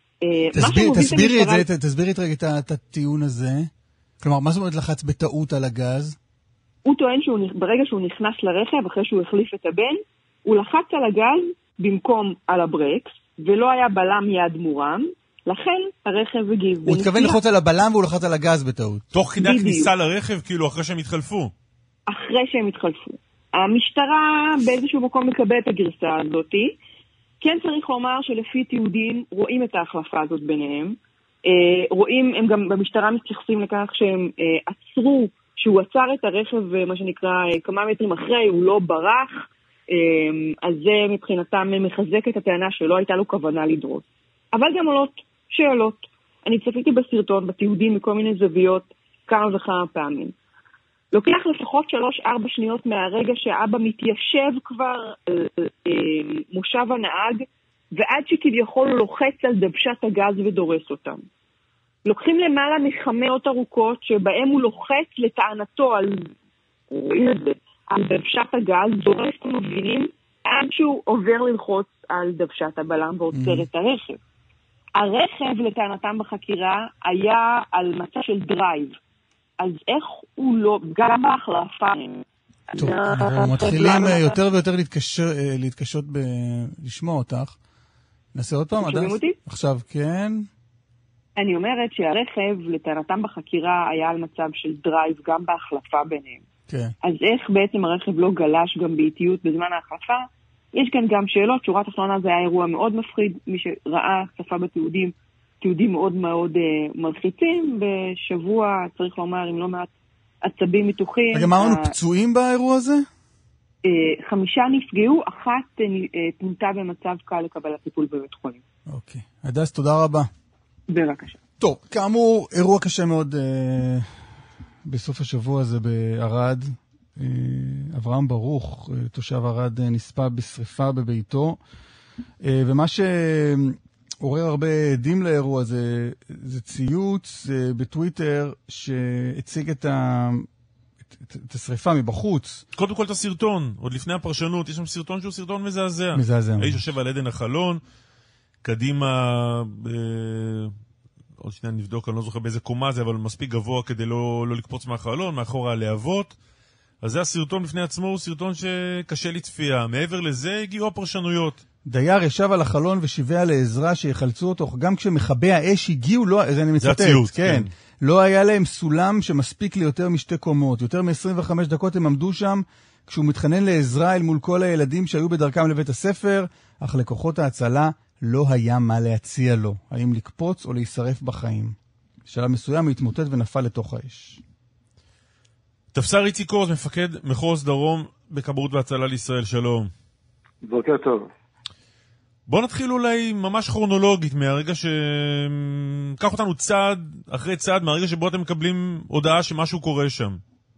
תסבירי את הטיעון הזה. כלומר, מה זאת אומרת לחץ בטעות על הגז? הוא טוען שברגע שהוא נכנס לרכב, אחרי שהוא החליף את הבן, הוא לחץ על הגז במקום על הברקס, ולא היה בלם יד מורם, לכן הרכב הגיב. הוא התכוון לחוץ על הבלם והוא לחץ על הגז בטעות. תוך כדי הכניסה לרכב, כאילו אחרי שהם התחלפו? אחרי שהם התחלפו. המשטרה באיזשהו מקום מקבל את הגרסה הזאת. כן צריך לומר שלפי תיעודים רואים את ההחלפה הזאת ביניהם. רואים, הם גם במשטרה מתייחסים לכך שהם עצרו, שהוא עצר את הרכב, מה שנקרא, כמה מטרים אחרי, הוא לא ברח. אז זה מבחינתם מחזק את הטענה שלא הייתה לו כוונה לדרוס. אבל גם עולות שאלות. אני צפיתי בסרטון, בתיעודים מכל מיני זוויות, כמה וכמה פעמים. לוקח לפחות 3-4 שניות מהרגע שהאבא מתיישב כבר מושב הנהג, ועד שכביכול לוחץ על דבשת הגז ודורס אותם. לוקחים למעלה מחמאות ארוכות, שבהם הוא לוחץ לטענתו על דבשת הגז, דורס את המפגינים, עד שהוא עובר ללחוץ על דבשת הבלם ועוצר את הרכב. הרכב לטענתם בחקירה היה על מצב של דרייב. אז איך הוא לא, גם בהחלפה... טוב, אנחנו מתחילים יותר ויותר להתקשות לשמוע אותך. נעשה עוד פעם, שומעים אותי? עכשיו כן. אני אומרת שהרכב לטענתם בחקירה היה על מצב של דרייב גם בהחלפה ביניהם. כן. אז איך בעצם הרכב לא גלש גם באיטיות בזמן ההחלפה? יש כאן גם שאלות, שורת תחתונה זה היה אירוע מאוד מפחיד, מי שראה צפה בתיעודים, תיעודים מאוד מאוד מלחיצים, בשבוע צריך לומר עם לא מעט עצבים מתוחים. רגע, מה אמרנו, פצועים באירוע הזה? 5 נפגעו, 1 תמותה במצב קל לקבלת טיפול בבית חולים. אוקיי. הדס, תודה רבה. בבקשה. טוב, כאמור, אירוע קשה מאוד בסוף השבוע הזה בערד. אברהם ברוך, תושב ערד, נספה בשריפה בביתו, ומה שעורר הרבה עדים לאירוע הזה, זה ציוץ בטוויטר שהציג את השריפה מבחוץ. קודם כל את הסרטון, עוד לפני הפרשנות, יש שם סרטון שהוא סרטון מזעזע. מזעזע. האיש יושב על עדן החלון, קדימה, עוד שניה נבדוק, אני לא זוכר באיזה קומה זה, אבל מספיק גבוה כדי לא לקפוץ מהחלון, מאחורה הלהבות. אז זה הסרטון בפני עצמו, הוא סרטון שקשה לצפייה. מעבר לזה הגיעו הפרשנויות. דייר ישב על החלון ושיבע לעזרה שיחלצו אותו, גם כשמכבי האש הגיעו, לא, אז אני מצטט, זה הציוץ, כן. לא היה להם סולם שמספיק ליותר מ2 קומות. יותר מ-25 דקות הם עמדו שם, כשהוא מתחנן לעזרה אל מול כל הילדים שהיו בדרכם לבית הספר, אך לכוחות ההצלה לא היה מה להציע לו. האם לקפוץ או להישרף בחיים. בשלב מסוים הוא התמוטט ונפל לתוך האש. תפסר איציק עוז, מפקד מחוז דרום בכבאות והצלה לישראל, שלום. בוקר טוב. בוא נתחיל אולי ממש כרונולוגית מהרגע קח אותנו צעד אחרי צעד, מהרגע שבו אתם מקבלים הודעה שמשהו קורה שם.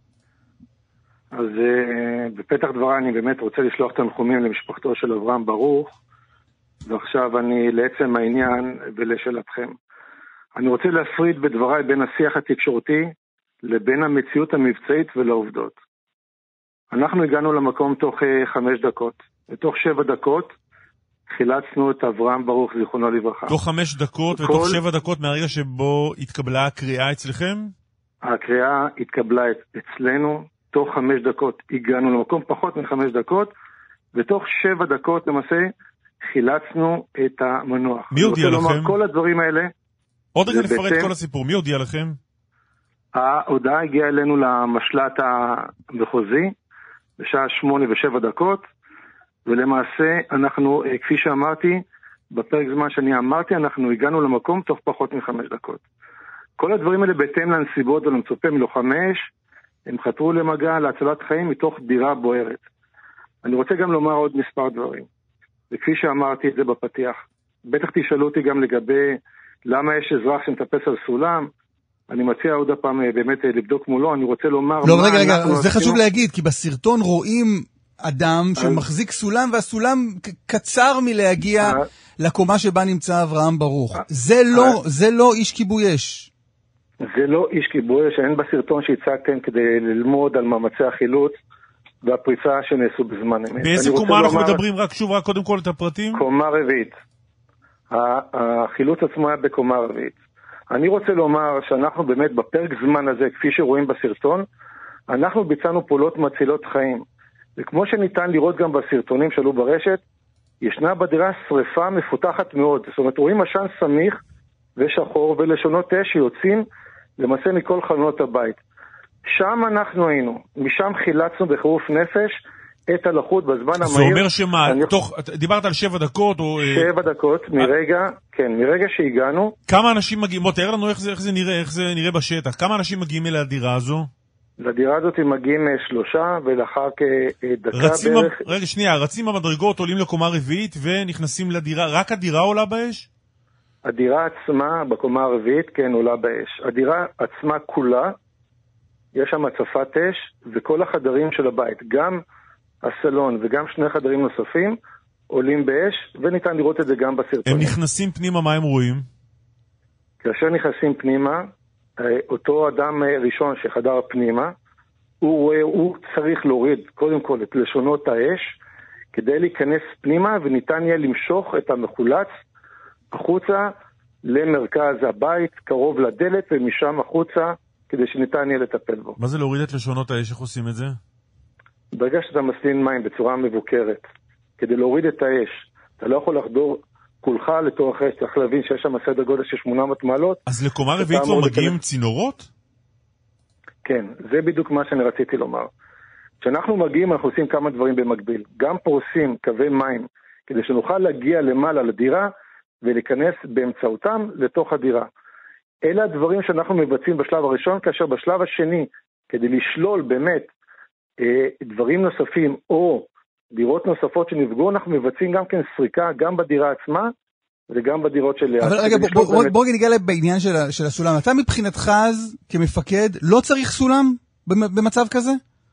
אז בפתח דבריי אני באמת רוצה לשלוח תנחומים למשפחתו של אברהם ברוך, ועכשיו אני לעצם העניין ולשאלתכם. אני רוצה להפריד בדבריי בין השיח התקשורתי לבין המציאות המבצעית ולעובדות. אנחנו הגענו למקום תוך 5 דקות. בתוך 7 דקות חילצנו את אברהם ברוך, זיכרונו לברכה. תוך 5 דקות ותוך 7 דקות מהרגע שבו התקבלה הקריאה אצלכם? הקריאה התקבלה אצלנו. תוך 5 דקות הגענו למקום, פחות מ5 דקות, ותוך 7 דקות למעשה חילצנו את המנוח. מי הודיע לכם? כל הדברים האלה... עוד רגע נפרט כל הסיפור. מי הודיע לכם? ההודעה הגיעה אלינו למשלט המחוזי בשעה 8:07, ולמעשה אנחנו, כפי שאמרתי, בפרק זמן שאני אמרתי, אנחנו הגענו למקום תוך פחות מ5 דקות. כל הדברים האלה בהתאם לנסיבות ולמצופה מלוחמי אש, הם חתרו למגע להצלת חיים מתוך דירה בוערת. אני רוצה גם לומר עוד מספר דברים, וכפי שאמרתי את זה בפתיח, בטח תשאלו אותי גם לגבי למה יש אזרח שמטפס על סולם, אני מציע עוד הפעם באמת לבדוק מולו, אני רוצה לומר... לא, רגע, זה חשוב להגיד, כי בסרטון רואים אדם שמחזיק סולם, והסולם קצר מלהגיע לקומה שבה נמצא אברהם ברוך. זה לא איש כיבוי אש. זה לא איש כיבוי אש, אין בסרטון שהצגתם כדי ללמוד על מאמצי החילוץ והפריצה שנעשו בזמן אמת. באיזה קומה אנחנו מדברים? רק קודם כל את הפרטים? קומה רביעית. החילוץ עצמו היה בקומה רביעית. אני רוצה לומר שאנחנו באמת בפרק זמן הזה, כפי שרואים בסרטון, אנחנו ביצענו פעולות מצילות חיים. וכמו שניתן לראות גם בסרטונים שעלו ברשת, ישנה בדירה שריפה מפותחת מאוד. זאת אומרת, רואים עשן סמיך ושחור ולשונות אש שיוצאים למעשה מכל חלונות הבית. שם אנחנו היינו, משם חילצנו בחירוף נפש את הלחות בזמן המהיר. זה אומר שמה, דיברת על 7 דקות או... 7 דקות, מרגע שהגענו. כמה אנשים מגיעים, בוא תאר לנו איך זה נראה בשטח, כמה אנשים מגיעים אל הדירה הזו? לדירה הזאת מגיעים 3, ולאחר כדקה בערך... רגע, שנייה, רצים במדרגות, עולים לקומה רביעית ונכנסים לדירה, רק הדירה עולה באש? הדירה עצמה בקומה הרביעית, כן, עולה באש. הדירה עצמה כולה, יש שם הצפת אש, וכל החדרים של הבית, גם הסלון וגם 2 חדרים נוספים, עולים באש, וניתן לראות את זה גם בסרטונים. הם נכנסים פנימה, מה הם רואים? כאשר נכנסים פנימה, אותו אדם ראשון שחדר פנימה, הוא צריך להוריד קודם כל את לשונות האש, כדי להיכנס פנימה, וניתן יהיה למשוך את המחולץ החוצה למרכז הבית, קרוב לדלת, ומשם החוצה, כדי שניתן יהיה לטפל בו. מה זה להוריד את לשונות האש? איך עושים את זה? ברגע שאתה מסלין מים בצורה מבוקרת, כדי להוריד את האש, אתה לא יכול לחדור כולך לתוך האש, צריך להבין שיש שם סדר גודל של 800 מעלות. אז לקומה רביעית כבר מגיעים צינורות? כן, זה בדיוק מה שאני רציתי לומר. כשאנחנו מגיעים, אנחנו עושים כמה דברים במקביל. גם פורסים קווי מים, כדי שנוכל להגיע למעלה לדירה, ולהיכנס באמצעותם לתוך הדירה. אלה הדברים שאנחנו מבצעים בשלב הראשון, כאשר בשלב השני, כדי לשלול באמת דברים נוספים, או דירות נוספות שנפגעו, אנחנו מבצעים גם כן סריקה, גם בדירה עצמה, וגם בדירות של... אבל רגע, בוא ניגע בעניין של הסולם. אתה מבחינתך אז, כמפקד, לא צריך סולם במצב כזה?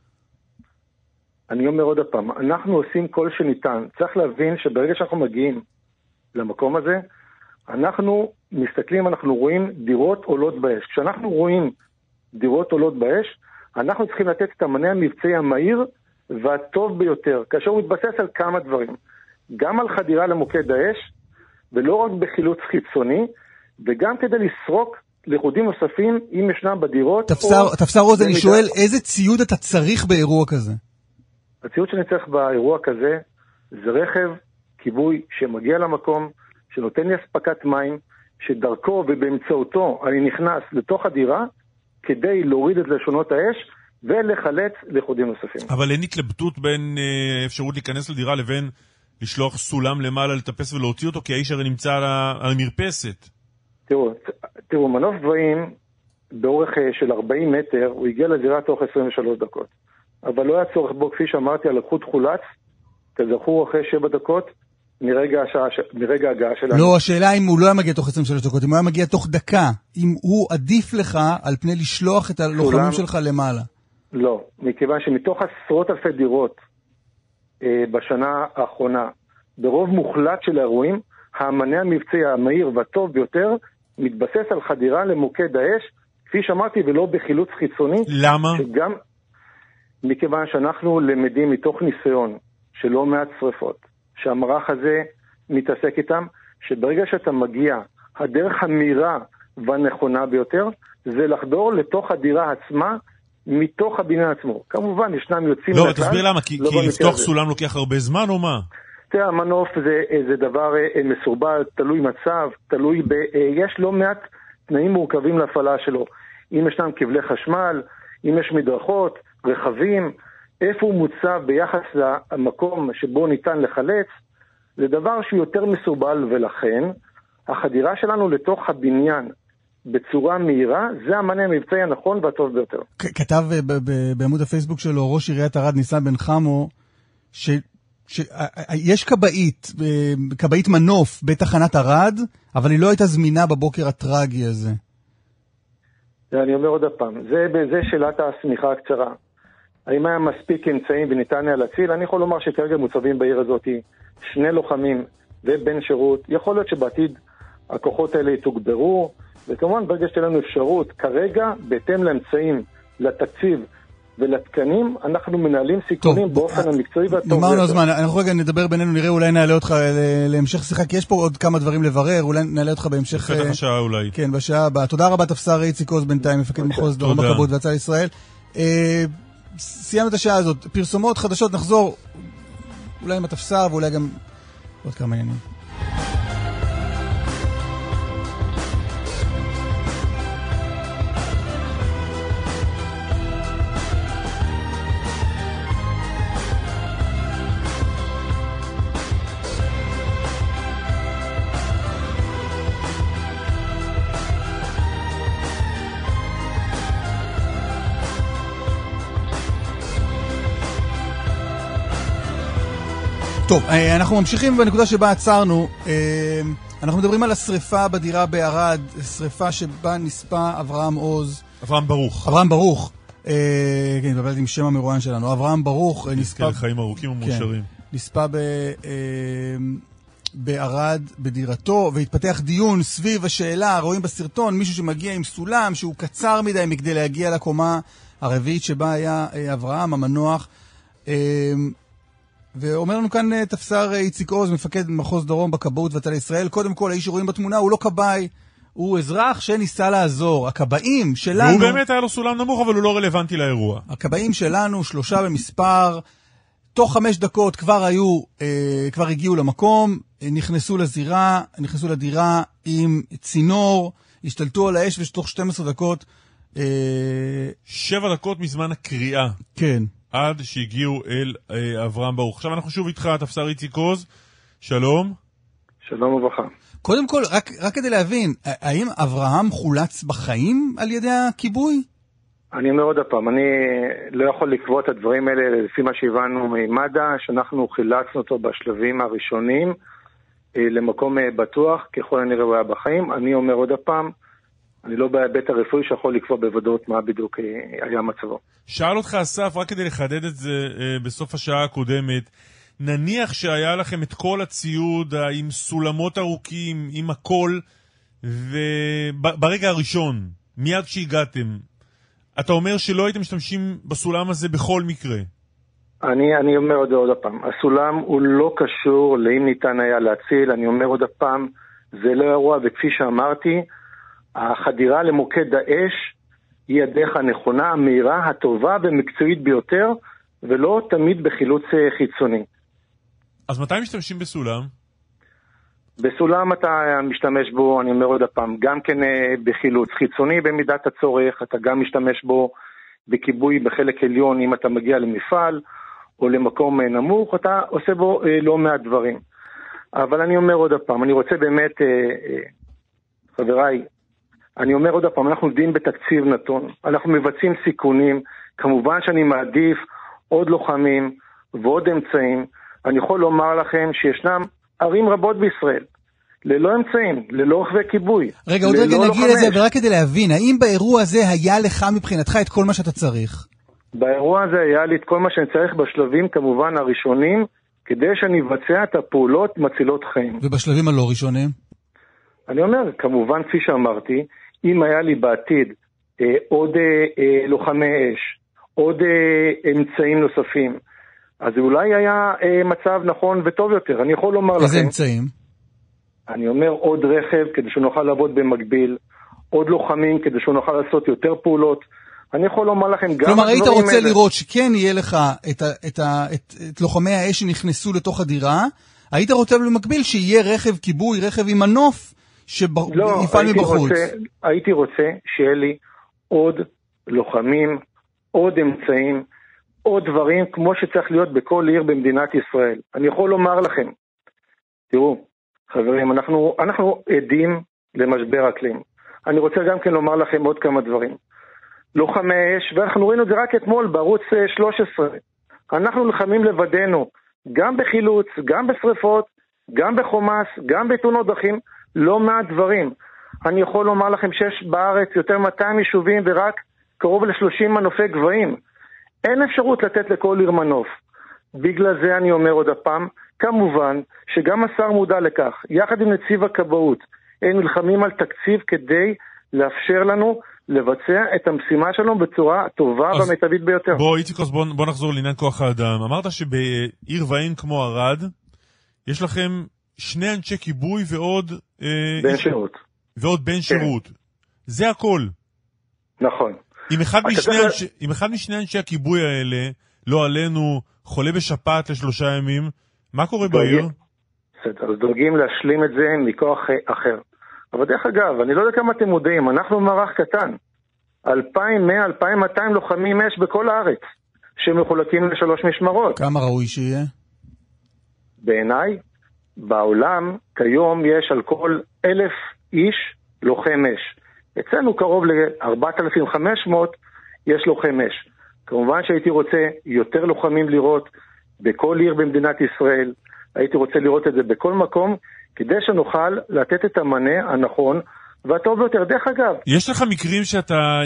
אני אומר עוד הפעם, אנחנו עושים כל שניתן. צריך להבין שברגע שאנחנו מגיעים למקום הזה, אנחנו מסתכלים, אנחנו רואים דירות עולות באש. כשאנחנו רואים דירות עולות באש, אנחנו צריכים לתת את המענה המבצעי המהיר והטוב ביותר, כאשר הוא מתבסס על כמה דברים. גם על חדירה למוקד האש, ולא רק בחילוץ חיצוני, וגם כדי לסרוק לחודים נוספים, אם ישנם בדירות... תפסר רוז, אני שואל, איזה ציוד אתה צריך באירוע כזה? הציוד שאני צריך באירוע כזה, זה רכב כיבוי שמגיע למקום, שנותן לי אספקת מים, שדרכו ובאמצעותו אני נכנס לתוך הדירה, כדי להוריד את לשונות האש, ולחלץ לחודים נוספים. אבל אין התלבטות בין אפשרות להיכנס לדירה לבין לשלוח סולם למעלה לטפס ולהוציא אותו, כי האיש הרי נמצא על המרפסת. תראו, מנוף גבהים באורך של 40 מטר, הוא הגיע לדירה תוך 23 דקות. אבל לא היה צורך בו, כפי שאמרתי, על לחוד חולץ, תזכו אחרי 7 דקות, מרגע הגעה שלנו. לא, השאלה אם הוא לא היה מגיע תוך 23 דקות, אם הוא היה מגיע תוך דקה, אם הוא עדיף לך על פני לשלוח את הלוחמים שלך למעלה. לא, מכיוון שמתוך עשרות אלפי דירות בשנה האחרונה, ברוב מוחלט של האירועים, המענה המבצעי המהיר והטוב ביותר, מתבסס על חדירה למוקד האש, כפי שאמרתי, ולא בחילוץ חיצוני. למה? שגם מכיוון שאנחנו למדים מתוך ניסיון שלא מעט שריפות, שהמערך הזה מתעסק איתם, שברגע שאתה מגיע, הדרך המהירה והנכונה ביותר, זה לחדור לתוך הדירה עצמה, מתוך הבניין עצמו. כמובן, ישנם יוצאים... לא, תסביר למה, כי לפתוח סולם לוקח הרבה זמן או מה? תראה, המנוף זה דבר מסורבל, תלוי מצב, יש לא מעט תנאים מורכבים להפעלה שלו. אם ישנם כבלי חשמל, אם יש מדרכות, רכבים, איפה הוא מוצב ביחס למקום שבו ניתן לחלץ, זה דבר שהוא יותר מסורבל, ולכן החדירה שלנו לתוך הבניין בצורה מהירה, זה המענה המבצעי הנכון והטוב ביותר. כתב בעמוד הפייסבוק שלו ראש עיריית ערד ניסן בן חמו, שיש קבעית מנוף בתחנת ערד, אבל היא לא הייתה זמינה בבוקר הטרגי הזה. אני אומר עוד הפעם, זה שאלת הסמיכה הקצרה. האם היה מספיק אמצעים וניתן היה להציל? אני יכול לומר שכרגע מוצבים בעיר הזאת 2 לוחמים ובן שירות. יכול להיות שבעתיד הכוחות האלה יתוגברו, וכמובן ברגע שתהיה לנו אפשרות, כרגע בהתאם לאמצעים, לתקציב ולתקנים, אנחנו מנהלים סיכונים באופן המקצועי והטוב. נאמרנו הזמן, אנחנו רגע נדבר בינינו, נראה, אולי נעלה אותך להמשך שיחה, כי יש פה עוד כמה דברים לברר, אולי נעלה אותך בהמשך... בפתח השעה אולי. כן, בשעה הבאה. תודה רבה, תפסר איציק עוז בינתיים, מפקד מחוז דרום בכבאות והצלה לישראל. סיימנו את השעה הזאת. פרסומות חדשות, נחזור אולי עם התפסר ואולי גם עוד כמה עניינים. טוב, אנחנו ממשיכים בנקודה שבה עצרנו. אנחנו מדברים על השריפה בדירה בערד, שריפה שבה נספה אברהם ברוך. כן, נדבר עם שם המרואיין שלנו. אברהם ברוך נספה... חיים ארוכים ומאושרים. נספה בערד בדירתו, והתפתח דיון סביב השאלה, רואים בסרטון מישהו שמגיע עם סולם, שהוא קצר מדי מכדי להגיע לקומה הרביעית שבה היה אברהם המנוח. ואומר לנו כאן תפסר איציק עוז, מפקד מחוז דרום בכבאות והצלה לישראל, קודם כל האיש שרואים בתמונה הוא לא כבאי, הוא אזרח שניסה לעזור. הכבאים שלנו... הוא באמת היה לו סולם נמוך, אבל הוא לא רלוונטי לאירוע. הכבאים שלנו, 3 במספר, תוך 5 דקות כבר הגיעו למקום, נכנסו לדירה עם צינור, השתלטו על האש, ותוך 12 דקות... 7 דקות מזמן הקריאה. כן. עד שהגיעו אל אברהם ברוך. עכשיו אנחנו שוב איתך, תפסר איציק עוז. שלום. שלום וברכה. קודם כל, רק כדי להבין, האם אברהם חולץ בחיים על ידי הכיבוי? אני אומר עוד הפעם, אני לא יכול לקבוע את הדברים האלה לפי מה שהבנו ממד"א, שאנחנו חילצנו אותו בשלבים הראשונים למקום בטוח, ככל הנראה הוא היה בחיים. אני אומר עוד הפעם, אני לא בהיבט הרפואי שיכול לקבוע בוודאות מה בדיוק היה מצבו. שאל אותך אסף, רק כדי לחדד את זה בסוף השעה הקודמת, נניח שהיה לכם את כל הציוד עם סולמות ארוכים, עם הכל, וברגע הראשון, מיד כשהגעתם, אתה אומר שלא הייתם משתמשים בסולם הזה בכל מקרה. אני אומר עוד הפעם, הסולם הוא לא קשור לאם ניתן היה להציל, אני אומר עוד הפעם, זה לא אירוע, וכפי שאמרתי, החדירה למוקד האש היא הדרך הנכונה, המהירה, הטובה ומקצועית ביותר, ולא תמיד בחילוץ חיצוני. אז מתי משתמשים בסולם? בסולם אתה משתמש בו, אני אומר עוד הפעם, גם כן בחילוץ חיצוני במידת הצורך, אתה גם משתמש בו בכיבוי בחלק עליון אם אתה מגיע למפעל או למקום נמוך, אתה עושה בו לא מעט דברים. אבל אני אומר עוד הפעם, אני רוצה באמת, חבריי, אני אומר עוד הפעם, אנחנו עובדים בתקציב נתון, אנחנו מבצעים סיכונים, כמובן שאני מעדיף עוד לוחמים ועוד אמצעים. אני יכול לומר לכם שישנם ערים רבות בישראל, ללא אמצעים, ללא רכבי כיבוי. רגע, עוד רגע נגיד את זה, ורק כדי להבין, האם באירוע הזה היה לך מבחינתך את כל מה שאתה צריך? באירוע הזה היה לי את כל מה שאני צריך בשלבים כמובן הראשונים, כדי שאני אבצע את הפעולות מצילות חיים. ובשלבים הלא ראשונים? אני אומר, כמובן כפי שאמרתי, אם היה לי בעתיד עוד לוחמי אש, עוד אמצעים נוספים, אז אולי היה מצב נכון וטוב יותר. אני יכול לומר לכם... איזה אמצעים? אני אומר עוד רכב כדי שנוכל לעבוד במקביל, עוד לוחמים כדי שנוכל לעשות יותר פעולות. אני יכול לומר לכם גם... כלומר, היית רוצה לראות שכן יהיה לך את לוחמי האש שנכנסו לתוך הדירה, היית רוצה במקביל שיהיה רכב כיבוי, רכב עם מנוף, שיפעל מבחוץ. הייתי רוצה שיהיה לי עוד לוחמים, עוד אמצעים, עוד דברים כמו שצריך להיות בכל עיר במדינת ישראל. אני יכול לומר לכם, תראו, חברים, אנחנו עדים למשבר אקלים. אני רוצה גם כן לומר לכם עוד כמה דברים. לוחמי אש, ואנחנו ראינו את זה רק אתמול בערוץ 13. אנחנו נלחמים לבדנו, גם בחילוץ, גם בשריפות, גם בחומאס, גם בתאונות דרכים, לא מעט דברים. אני יכול לומר לכם שיש בארץ יותר 200 יישובים ורק קרוב ל-30 מנופי גבהים. אין אפשרות לתת לכל עיר מנוף. בגלל זה אני אומר עוד הפעם, כמובן שגם השר מודע לכך, יחד עם נציב הכבאות, הם נלחמים על תקציב כדי לאפשר לנו לבצע את המשימה שלנו בצורה טובה ומיטבית ביותר. איציקוס, בוא נחזור לעניין כוח האדם. אמרת שבעיר ואין כמו ערד, יש לכם 2 אנשי כיבוי ועוד... בן שירות. ועוד בן שירות. זה הכל. נכון. אם אחד משני אנשי הכיבוי האלה, לא עלינו, חולה בשפעת ל3 ימים, מה קורה בעיר? בסדר, אז דואגים להשלים את זה מכוח אחר. אבל דרך אגב, אני לא יודע כמה אתם מודעים, אנחנו מערך קטן. 2,100, 2,200 לוחמים אש בכל הארץ, שמחולקים ל3 משמרות. כמה ראוי שיהיה? בעיניי, בעולם כיום יש על כל 1,000 איש לוחם אש. אצלנו קרוב ל-4,500 יש לוחם אש. כמובן שהייתי רוצה יותר לוחמים לראות בכל עיר במדינת ישראל, הייתי רוצה לראות את זה בכל מקום, כדי שנוכל לתת את המענה הנכון והטוב ביותר. דרך אגב, יש לך מקרים שאתה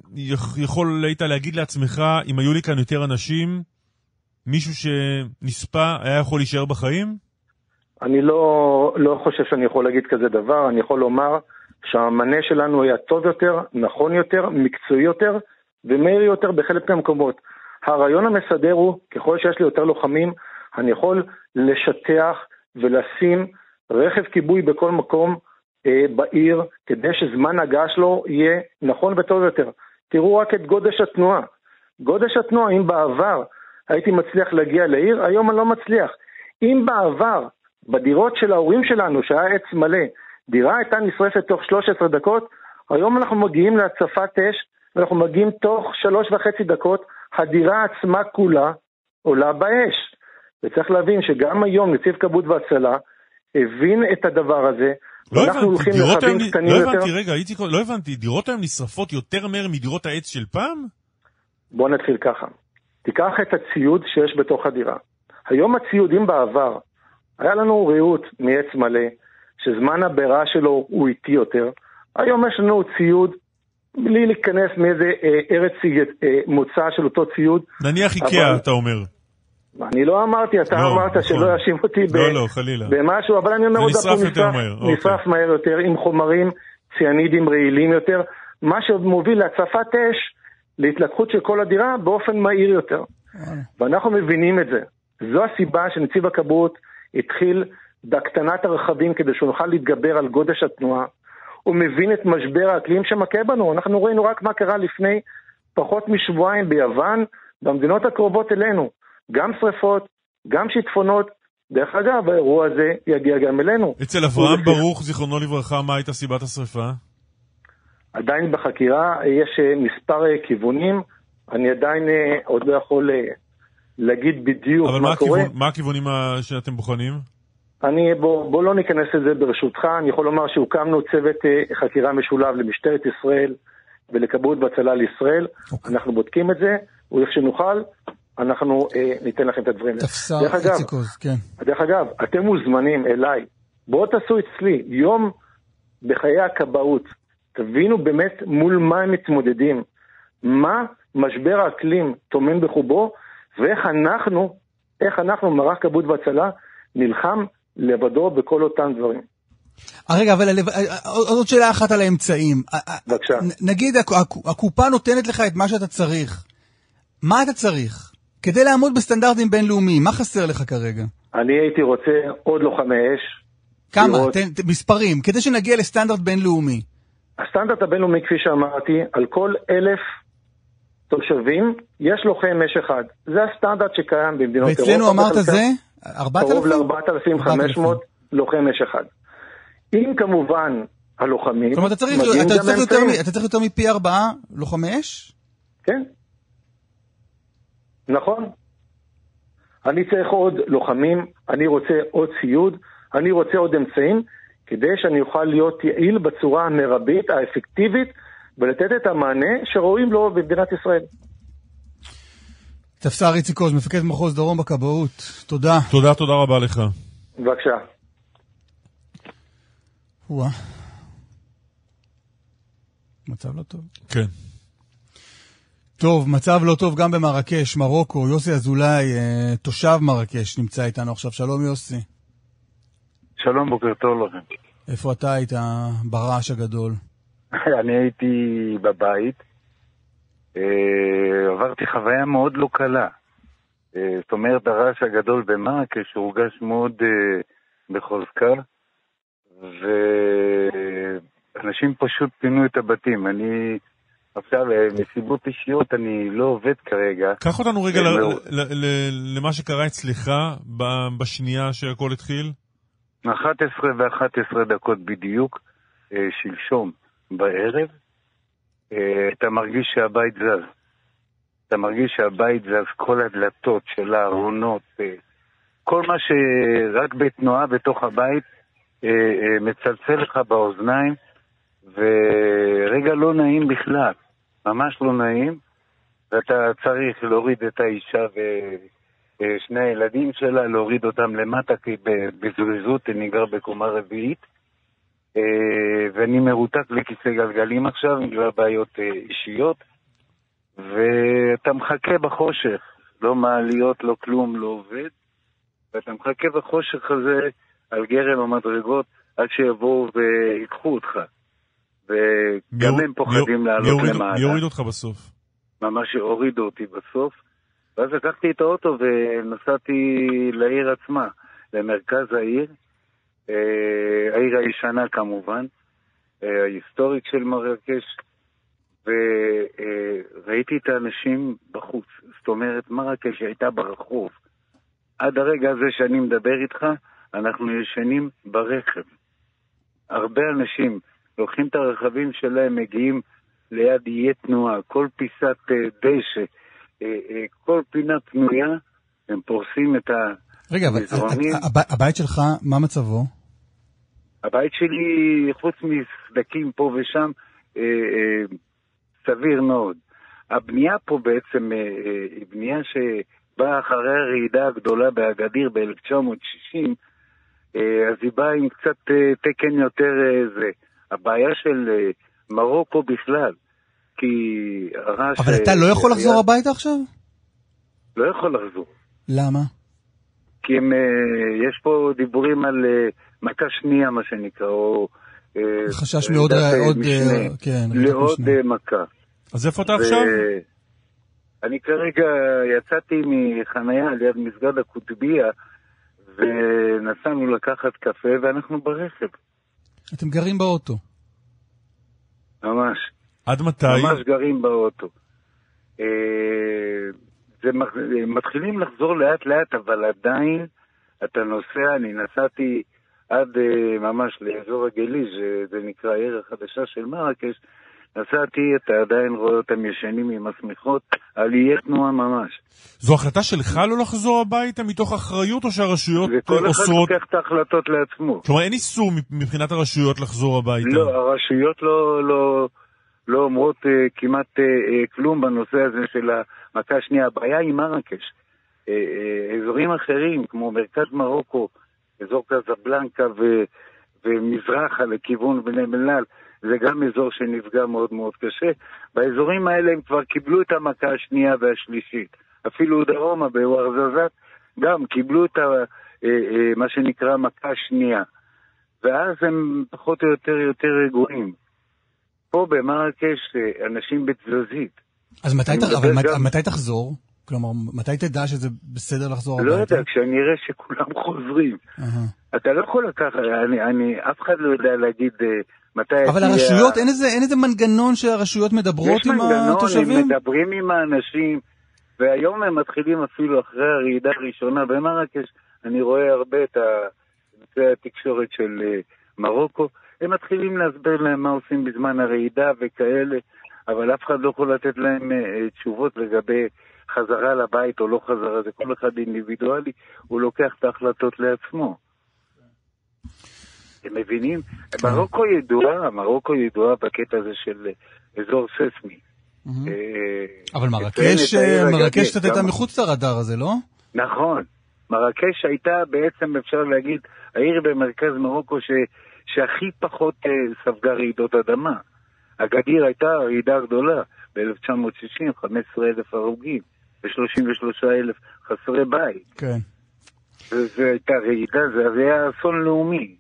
יכול היית להגיד לעצמך, אם היו לי כאן יותר אנשים, מישהו שנספה היה יכול להישאר בחיים? אני לא חושב שאני יכול להגיד כזה דבר. אני יכול לומר שהמענה שלנו היה טוב יותר, נכון יותר, מקצועי יותר ומהיר יותר בחלק מהמקומות. הרעיון המסדר הוא, ככל שיש לי יותר לוחמים, אני יכול לשטח ולשים רכב כיבוי בכל מקום בעיר, כדי שזמן הגעה שלו יהיה נכון וטוב יותר. תראו רק את גודש התנועה. גודש התנועה, אם בעבר הייתי מצליח להגיע לעיר, היום אני לא מצליח. אם בעבר, בדירות של ההורים שלנו, שהיה עץ מלא, דירה הייתה נשרפת תוך 13 דקות, היום אנחנו מגיעים להצפת אש, ואנחנו מגיעים תוך 3.5 דקות, הדירה עצמה כולה עולה באש. וצריך להבין שגם היום נציב כבאות והצלה הבין את הדבר הזה. לא הבנתי, רגע, לא הבנתי, דירות היום נשרפות יותר מהר מדירות העץ של פעם? בוא נתחיל ככה. תיקח את הציוד שיש בתוך הדירה. היום הציודים בעבר, היה לנו ריהוט מעץ מלא, שזמן הבירה שלו הוא איטי יותר. היום יש לנו ציוד, בלי להיכנס מאיזה ארץ מוצא של אותו ציוד. נניח איקאה, אתה אומר. אני לא אמרתי, אתה אמרת שלא ישים אותי במשהו, אבל אני אומר עוד פעם, נשרף מהר יותר, עם חומרים ציאנידים רעילים יותר, מה שמוביל להצפת אש, להתלקחות של כל הדירה באופן מהיר יותר. ואנחנו מבינים את זה. זו הסיבה שנציב הכבאות התחיל בהקטנת הרכבים כדי שנוכל להתגבר על גודש התנועה. הוא מבין את משבר האקלים שמכה בנו. אנחנו ראינו רק מה קרה לפני פחות משבועיים ביוון, במדינות הקרובות אלינו. גם שריפות, גם שיטפונות. דרך אגב, האירוע הזה יגיע גם אלינו. אצל אברהם ברוך, זיכרונו לברכה, מה הייתה סיבת השריפה? עדיין בחקירה יש מספר כיוונים. אני עדיין עוד לא יכול להגיד בדיוק מה קורה. אבל מה הכיוונים שאתם בוחנים? בוא לא ניכנס לזה ברשותך. אני יכול לומר שהוקמנו צוות חקירה משולב למשטרת ישראל ולכבאות והצלה לישראל. אנחנו בודקים את זה, ואיך שנוכל, אנחנו ניתן לכם את הדברים. דרך אגב, אתם מוזמנים אליי. בואו תעשו אצלי יום בחיי הכבאות. תבינו באמת מול מה הם מתמודדים. מה משבר האקלים טומן בחובו, ואיך אנחנו, מערך כבאות והצלה, נלחם לבדו בכל אותם דברים. רגע, אבל עוד שאלה אחת על האמצעים. בבקשה. נגיד, הקופה נותנת לך את מה שאתה צריך. מה אתה צריך? כדי לעמוד בסטנדרטים בינלאומיים, מה חסר לך כרגע? אני הייתי רוצה עוד לוחמי אש. כמה? מספרים, כדי שנגיע לסטנדרט בינלאומי. הסטנדרט הבינלאומי, כפי שאמרתי, על כל 1,000 תושבים, יש לוחם אש אחד. זה הסטנדרט שקיים במדינות אירופה. ואצלנו אמרת זה? 4,000? קרוב ל-4,500 לוחם אש אחד. אם כמובן הלוחמים. כלומר, אתה צריך יותר מפי 4 לוחמי אש? כן. נכון. אני צריך עוד לוחמים, אני רוצה עוד ציוד, אני רוצה עוד אמצעים, כדי שאני אוכל להיות יעיל בצורה המרבית, האפקטיבית, ולתת את המענה שרואים לו במדינת ישראל. תפסר איציק עוז, מפקד מחוז דרום בכבאות. תודה. תודה רבה לך. בבקשה. מצב לא טוב. כן. טוב, מצב לא טוב גם במרקש, מרוקו. יוסי אזולאי, תושב מרקש, נמצא איתנו עכשיו. שלום יוסי. שלום, בוקר טוב לכם. איפה אתה היית ברעש הגדול? אני הייתי בבית. עברתי חוויה מאוד לא קלה. זאת אומרת, הרעש הגדול במרקש הורגש מאוד בחוזקה, ואנשים פשוט פינו את הבתים. אני עכשיו, מסיבות אישיות, אני לא עובד כרגע. קח אותנו רגע למה שקרה אצלך בשנייה שהכל התחיל. 11:11 בדיוק, שלשום בערב, אתה מרגיש שהבית זז. אתה מרגיש שהבית זז, כל הדלתות של הארונות, כל מה שרק בתנועה בתוך הבית מצלצל לך באוזניים, ורגע לא נעים בכלל, ממש לא נעים, ואתה צריך להוריד את האישה ושני הילדים שלה, להוריד אותם למטה, כי בזריזות אני גר בקומה רביעית, ואני מרותק לכיסא גלגלים עכשיו, בגלל בעיות אישיות, ואתה מחכה בחושך, לא מעליות, לא כלום, לא עובד, ואתה מחכה בחושך הזה על גרם המדרגות, עד שיבואו ויקחו אותך. וגם הם פוחדים לעלות למעלה. מי הוריד אותך בסוף? ממש הורידו אותי בסוף. ואז לקחתי את האוטו ונסעתי לעיר עצמה, למרכז העיר, העיר הישנה כמובן, ההיסטורית של מרקש, וראיתי את האנשים בחוץ. זאת אומרת, מרקש הייתה ברחוב. עד הרגע הזה שאני מדבר איתך, אנחנו ישנים ברכב. הרבה אנשים לוקחים את הרכבים שלהם, מגיעים ליד איי תנועה, כל פיסת דשא, כל פינה פנויה, הם פורסים את רגע, אבל הבית שלך, מה מצבו? הבית שלי, חוץ מסדקים פה ושם, סביר מאוד. הבנייה פה בעצם היא בנייה שבאה אחרי הרעידה הגדולה באגדיר ב-1960, אז היא באה עם קצת תקן יותר זה. הבעיה של מרוקו בכלל, כי הרעש... אבל אתה לא יכול לחזור הביתה עכשיו? לא יכול לחזור. למה? כי יש פה דיבורים על מכה שנייה, מה שנקרא, או... חשש מאוד לעוד מכה. אז איפה אתה עכשיו? אני כרגע יצאתי מחנייה ליד מסגד הקוטביה, ונסענו לקחת קפה, ואנחנו ברכב. אתם גרים באוטו? ממש. עד מתי? ממש גרים באוטו. מתחילים לחזור לאט לאט, אבל עדיין אתה נוסע, אני נסעתי עד ממש לאזור הגליל, זה נקרא העיר החדשה של מרקש, נסעתי, אתה עדיין רואה אותם ישנים עם הסמיכות, על איי תנועה ממש. זו החלטה שלך לא לחזור הביתה מתוך אחריות, או שהרשויות וכל אוסרות? אחד לוקח את ההחלטות לעצמו. כלומר, אין איסור מבחינת הרשויות לחזור הביתה? לא, הרשויות לא אומרות כמעט כלום בנושא הזה של המכה השנייה. הבעיה היא מרקש. אזורים אחרים, כמו מרכז מרוקו, אזור קזבלנקה ומזרחה לכיוון בני מלל, זה גם אזור שנפגע מאוד מאוד קשה. באזורים האלה הם כבר קיבלו את המכה השנייה והשלישית. אפילו דרומה בוורזזת גם קיבלו את מה שנקרא מכה שנייה. ואז הם פחות או יותר רגועים. פה במרקש אנשים בתזזית. אז מתי תחזור? כלומר, מתי תדע שזה בסדר לחזור הביתה? לא יודע, כשאני אראה שכולם חוזרים. אתה לא יכול לקחת, אף אחד לא יודע להגיד מתי... אבל הרשויות, אין איזה מנגנון שהרשויות מדברות עם התושבים? יש מנגנון, הם מדברים עם האנשים, והיום הם מתחילים אפילו אחרי הרעידה הראשונה במרקש, אני רואה הרבה את התקשורת של מרוקו, הם מתחילים להסבר להם מה עושים בזמן הרעידה וכאלה, אבל אף אחד לא יכול לתת להם תשובות לגבי חזרה לבית או לא חזרה, זה כל אחד אינדיבידואלי, הוא לוקח את ההחלטות לעצמו. אתם מבינים? מרוקו ידועה בקטע הזה של אזור ססמי. אבל מרקש קצת הייתה מחוץ לרדאר הזה, לא? נכון. מרקש הייתה בעצם, אפשר להגיד, העיר במרכז מרוקו שהכי פחות ספגה רעידות אדמה. אגדיר הייתה רעידה גדולה ב-1960, 15,000 הרוגים ו-33,000 חסרי בית. כן. זה הייתה רעידה, זה היה אסון לאומי.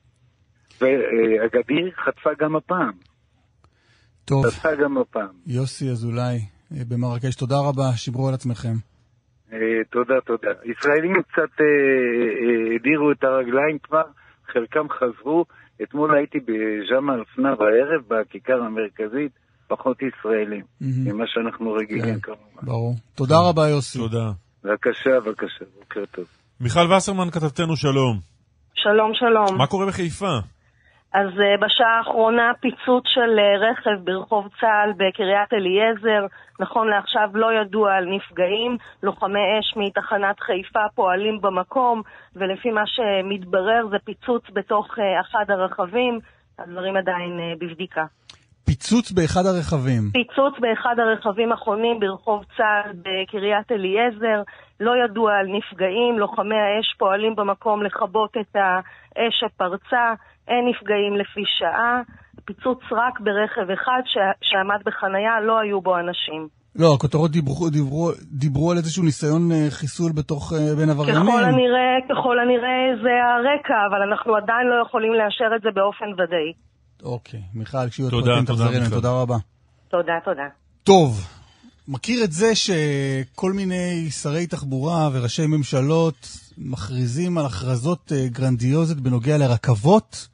ואגדיר חטפה גם הפעם. טוב. חטפה גם הפעם. יוסי אזולאי במרקש, תודה רבה, שיברו על עצמכם. תודה. ישראלים קצת הדירו את הרגליים כבר, חלקם חזרו. אתמול הייתי בג'מאל לפנה בערב, בכיכר המרכזית, פחות ישראלים, ממה שאנחנו רגילים כמובן. ברור. תודה רבה יוסי. תודה. בבקשה, בוקר טוב. מיכל וסרמן, כתבתנו, שלום. שלום. מה קורה בחיפה? אז בשעה האחרונה פיצוץ של רכב ברחוב צהל בקריית אליעזר, נכון לעכשיו לא ידוע על נפגעים, לוחמי אש מתחנת חיפה פועלים במקום, ולפי מה שמתברר זה פיצוץ בתוך אחד הרכבים, הדברים עדיין בבדיקה. פיצוץ באחד הרכבים? פיצוץ באחד הרכבים החונים ברחוב צהל בקריית אליעזר, לא ידוע על נפגעים, לוחמי האש פועלים במקום לכבות את האש שפרצה, אין נפגעים לפי שעה, פיצוץ רק ברכב אחד שעמד בחנייה, לא היו בו אנשים. לא, הכותרות דיברו על איזשהו ניסיון חיסול בתוך בין עבריינים. ככל הנראה זה הרקע, אבל אנחנו עדיין לא יכולים לאשר את זה באופן ודאי. אוקיי, מיכל, כשיהיו את פרטים תחזרינו, תודה רבה. תודה. טוב, מכיר את זה שכל מיני שרי תחבורה וראשי ממשלות מכריזים על הכרזות גרנדיוזית בנוגע לרכבות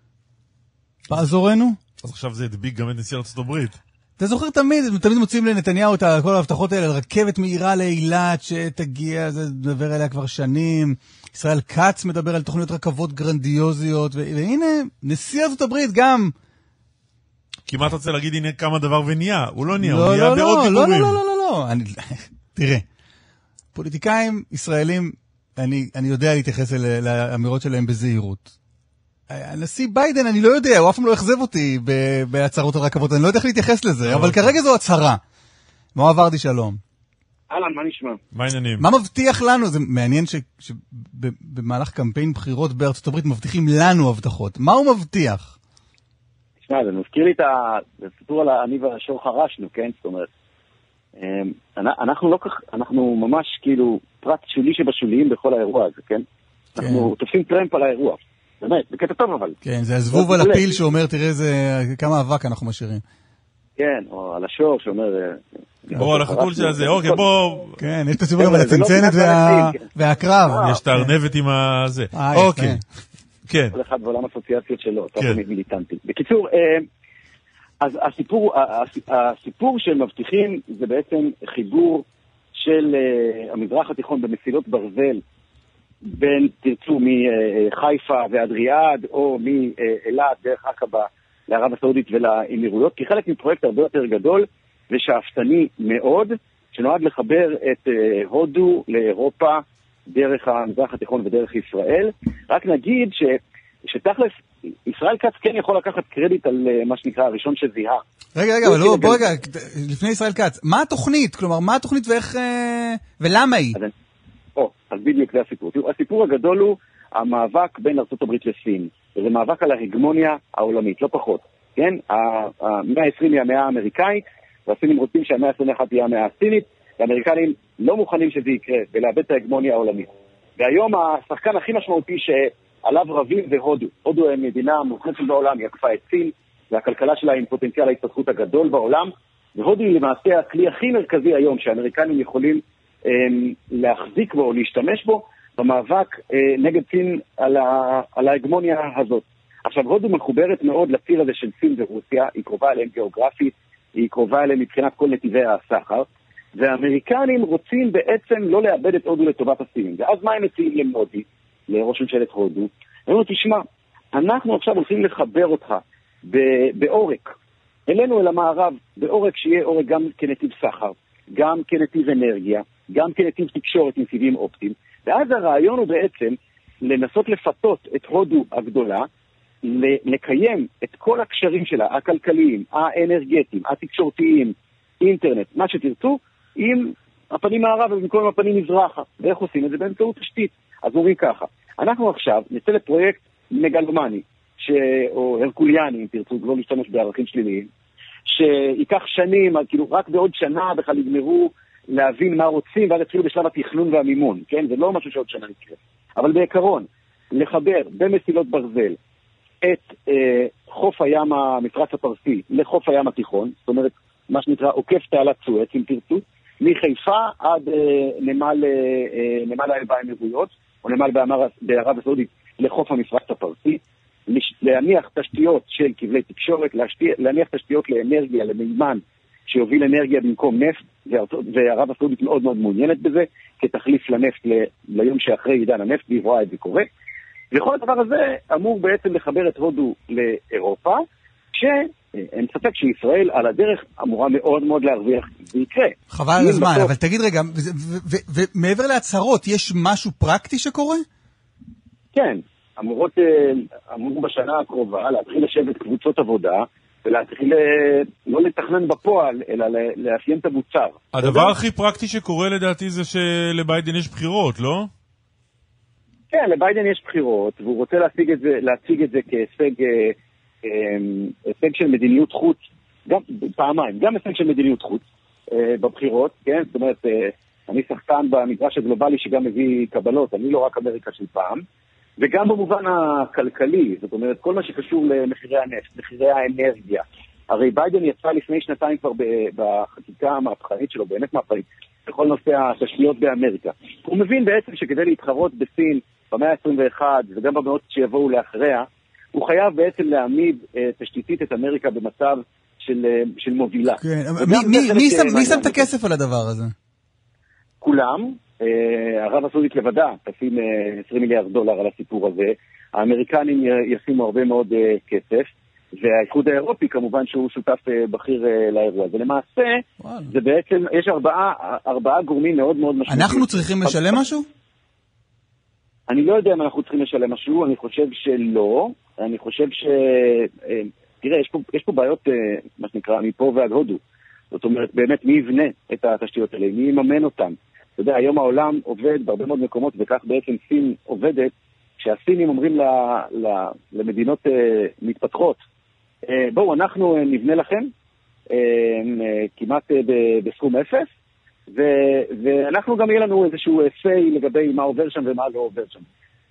באזורנו? אז עכשיו זה הדביק גם את נשיא ארצות הברית. אתה זוכר תמיד מוצאים לנתניהו את כל ההבטחות האלה על רכבת מהירה לאילת שתגיע, זה מדבר עליה כבר שנים. ישראל קץ מדבר על תוכניות רכבות גרנדיוזיות, והנה, נשיא ארצות הברית גם. כמעט רוצה להגיד, הנה כמה דבר ונהיה. הוא לא נהיה, הוא נהיה בעוד דיבורים. לא. תראה, פוליטיקאים ישראלים, אני יודע להתייחס לאמירות שלהם בזהירות. הנשיא ביידן, אני לא יודע, הוא אף פעם לא יחזב אותי בהצהרות הרכבות, אני לא יודע איך להתייחס לזה, אבל כרגע זו הצהרה. מואב ורדי, שלום. אהלן, מה נשמע? מה העניינים? מה מבטיח לנו? זה מעניין שבמהלך קמפיין בחירות בארצות הברית מבטיחים לנו הבטחות. מה הוא מבטיח? תשמע, זה מזכיר לי את הסיפור על אני והשור חרשנו, כן? זאת אומרת, אנחנו ממש כאילו פרט שולי שבשוליים בכל האירוע הזה, כן? אנחנו תופסים טרמפ על האירוע. באמת, זה קטע טוב אבל. כן, זה הזבוב על הפיל שאומר, תראה כמה אבק אנחנו משאירים. כן, או על השור שאומר... או על החתול של זה, אוקיי, בוא... כן, יש את הסיפור גם על הצנצנת והקרב. יש את הארנבת עם הזה. אוקיי, כן. כל אחד בעולם אסוציאציות שלו, אתה תמיד מיליטנטי. בקיצור, אז הסיפור שהם מבטיחים זה בעצם חיבור של המזרח התיכון במסילות ברזל, בין תרצו מחיפה ועד ריאד, או מאילת דרך עקבה לערב הסעודית ולאמירויות, כחלק מפרויקט הרבה יותר גדול ושאפתני מאוד, שנועד לחבר את הודו לאירופה דרך המזרח התיכון ודרך ישראל. רק נגיד שתכלס, ישראל כץ כן יכול לקחת קרדיט על מה שנקרא הראשון שזיהה. רגע, אבל בוא רגע, לפני ישראל כץ, מה התוכנית? כלומר, מה התוכנית ואיך, ולמה היא? אז בדיוק זה הסיפור. הסיפור הגדול הוא המאבק בין ארצות הברית לסין. וזה מאבק על ההגמוניה העולמית, לא פחות. כן? המאה ה-20 היא המאה האמריקאית, והסינים רוצים שהמאה ה-21 תהיה המאה הסינית, והאמריקנים לא מוכנים שזה יקרה, ולאבד את ההגמוניה העולמית. והיום השחקן הכי משמעותי שעליו רבים זה הודו. הודו היא מדינה מוכנסת בעולם, היא עקפה את סין, והכלכלה שלה עם פוטנציאל ההתפתחות הגדול בעולם, והודו היא למעשה הכלי הכי מרכזי היום שהאמריקנים יכולים להחזיק בו או להשתמש בו במאבק נגד סין על ההגמוניה הזאת. עכשיו, הודו מחוברת מאוד לציר הזה של סין ורוסיה, היא קרובה אליהם גיאוגרפית, היא קרובה אליהם מבחינת כל נתיבי הסחר, והאמריקנים רוצים בעצם לא לאבד את הודו לטובת הסינים. ואז מה הם מציעים למודי, לראש ממשלת הודו? הם אומרים, תשמע, אנחנו עכשיו הולכים לחבר אותך בעורק. אלינו אל המערב, בעורק שיהיה עורק גם כנתיב סחר, גם כנתיב אנרגיה, גם כנתיב תקשורת עם סיבים אופטיים, ואז הרעיון הוא בעצם לנסות לפתות את הודו הגדולה, לקיים את כל הקשרים שלה, הכלכליים, האנרגטיים, התקשורתיים, אינטרנט, מה שתרצו, עם הפנים מערב ובמקום הפנים מזרחה. ואיך עושים את זה? באמצעות תשתית. אז אומרים ככה, אנחנו עכשיו נצא לפרויקט מגלומני, או הרקוליאני, אם תרצו, לא להשתמש בערכים שליליים, שיקח שנים, כאילו רק בעוד שנה בכלל יגמרו להבין מה רוצים, ואז יתחילו בשלב התכנון והמימון, כן? זה לא משהו שעוד שנה יקרה. אבל בעיקרון, לחבר במסילות ברזל את חוף הים המפרץ הפרסי לחוף הים התיכון, זאת אומרת, מה שנקרא עוקף תעלת סואץ, אם תרצו, מחיפה עד נמל האמירויות, או נמל בערב הסעודית לחוף המפרץ הפרסי, להניח תשתיות של כבלי תקשורת, להניח תשתיות לאנרגיה, למימן, שיוביל אנרגיה במקום נפט, וערב הסעודית מאוד מאוד מעוניינת בזה, כתחליף לנפט ליום שאחרי עידן הנפט, והיא רואה את זה קורה. וכל הדבר הזה אמור בעצם לחבר את הודו לאירופה, שאין ספק שישראל על הדרך אמורה מאוד מאוד להרוויח, זה יקרה. חבל על הזמן, אבל תגיד רגע, ומעבר להצהרות, יש משהו פרקטי שקורה? כן, אמור בשנה הקרובה להתחיל לשבת קבוצות עבודה, ולהתחיל לא לתכנן בפועל, אלא לאפיין את המוצר. הדבר הכי פרקטי שקורה לדעתי זה שלביידן יש בחירות, לא? כן, לביידן יש בחירות, והוא רוצה להציג את זה כהישג של מדיניות חוץ, גם פעמיים, גם הישג של מדיניות חוץ בבחירות, כן? זאת אומרת, אני שחקן במגרש הגלובלי שגם מביא קבלות, אני לא רק אמריקה של פעם, וגם במובן הכלכלי, זאת אומרת, כל מה שקשור למחירי הנפט, מחירי האנרגיה. הרי ביידן יצא לפני שנתיים כבר בחקיקה המהפכנית שלו, באמת מהפכנית, בכל נושא התשתיות באמריקה. הוא מבין בעצם שכדי להתחרות בסין במאה ה-21, וגם במאות שיבואו לאחריה, הוא חייב בעצם להעמיד תשתיתית את אמריקה במצב של מובילה. כן. מי שם את הכסף על הדבר הזה? כולם. ערב הסעודית לבדה תשים $20 מיליארד על הסיפור הזה. האמריקנים ישימו הרבה מאוד כסף, והאיחוד האירופי כמובן שהוא שותף בכיר לאירוע. ולמעשה, זה בעצם, יש ארבעה גורמים מאוד מאוד משמעותיים. אנחנו צריכים לשלם משהו? אני לא יודע אם אנחנו צריכים לשלם משהו, אני חושב שלא. אני חושב תראה, יש פה בעיות, מה שנקרא, מפה ועד הודו. זאת אומרת, באמת, מי יבנה את התשתיות האלה? מי יממן אותן? אתה יודע, היום העולם עובד בהרבה מאוד מקומות, וכך בעצם סין עובדת, שהסינים אומרים למדינות מתפתחות, בואו, אנחנו נבנה לכם, כמעט בסכום אפס, ואנחנו גם יהיה לנו איזשהו say לגבי מה עובר שם ומה לא עובר שם.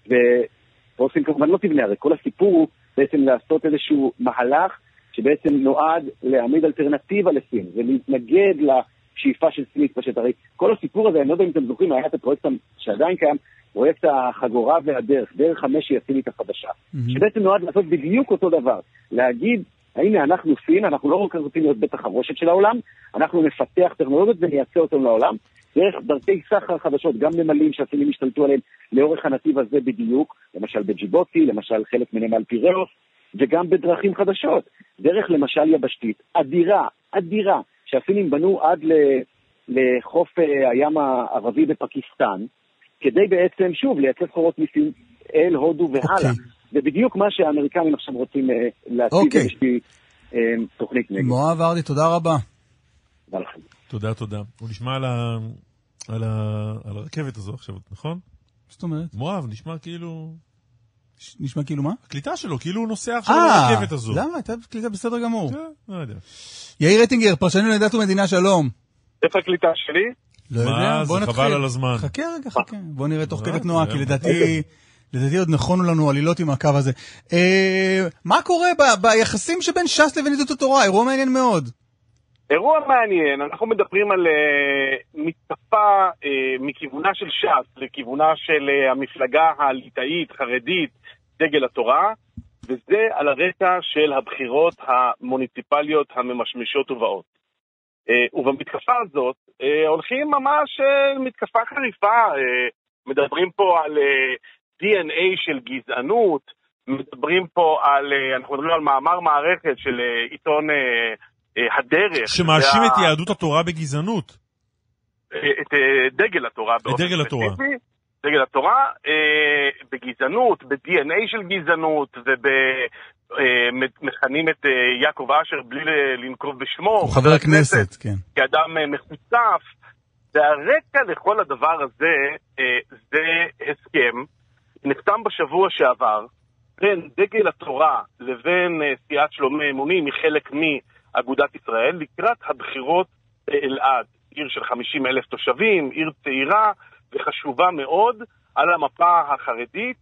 וסין כמובן לא תבנה, הרי כל הסיפור הוא בעצם לעשות איזשהו מהלך, שבעצם נועד להעמיד אלטרנטיבה לסין, ולהתנגד שאיפה של סין להתפשט. הרי כל הסיפור הזה, אני לא יודע אם אתם זוכרים, היה את הפרויקט שעדיין קיים, פרויקט החגורה והדרך, דרך 5 היא הסינית החדשה, שבעצם נועד לעשות בדיוק אותו דבר, להגיד, הנה אנחנו סין, אנחנו לא רק רוצים להיות בית החרושת של העולם, אנחנו נפתח טכנולוגיות ונייצא אותם לעולם, דרך דרכי סחר חדשות, גם נמלים שהסינים השתלטו עליהם לאורך הנתיב הזה בדיוק, למשל בג'יבוטי, למשל חלק מנמל פיראוס, וגם בדרכים חדשות, דרך למשל יבשתית, אדירה, שהסינים בנו עד לחוף הים הערבי בפקיסטן, כדי בעצם, שוב, לייצא סחורות מסין אל הודו והלאה. ובדיוק מה שהאמריקאים עכשיו רוצים להציג איזושהי תוכנית נגד. מואב ורדי, תודה רבה. תודה לכם. תודה. הוא נשמע על הרכבת הזו עכשיו, נכון? זאת אומרת? מואב, נשמע כאילו... נשמע כאילו מה? הקליטה שלו, כאילו הוא נוסע עכשיו על הרכבת הזו. למה? הייתה קליטה בסדר גמור. לא יודע. יאיר רטינגר, פרשנים לדת ומדינה, שלום. איפה הקליטה שלי? לא יודע, בוא נתחיל. חבל על הזמן. חכה רגע. בוא נראה תוך כדי תנועה, כי לדעתי עוד נכונו לנו עלילות עם הקו הזה. מה קורה ביחסים שבין ש"ס לבין יהדות התורה? אירוע מעניין מאוד. אירוע מעניין, אנחנו מדברים על מתקפה מכיוונה של ש"ס לכיוונה של המפלגה הליטאית, חרדית, דגל התורה, וזה על הרקע של הבחירות המוניציפליות הממשמשות ובאות. ובמתקפה הזאת הולכים ממש מתקפה חריפה, מדברים פה על DNA של גזענות, מדברים פה על, אנחנו מדברים על מאמר מערכת של עיתון הדרך. שמאשים את יהדות התורה בגזענות. את דגל התורה. את דגל התורה. דגל התורה, בגזענות, ב-DNA של גזענות, ומכנים את יעקב אשר בלי לנקוב בשמו. הוא חבר הכנסת, כן. כאדם מחוצף. והרקע לכל הדבר הזה, זה הסכם, נחתם בשבוע שעבר, בין דגל התורה לבין סיעת שלומי אמונים, מחלק מאגודת ישראל, לקראת הבחירות באלעד, עיר של 50,000 תושבים, עיר צעירה וחשובה מאוד על המפה החרדית,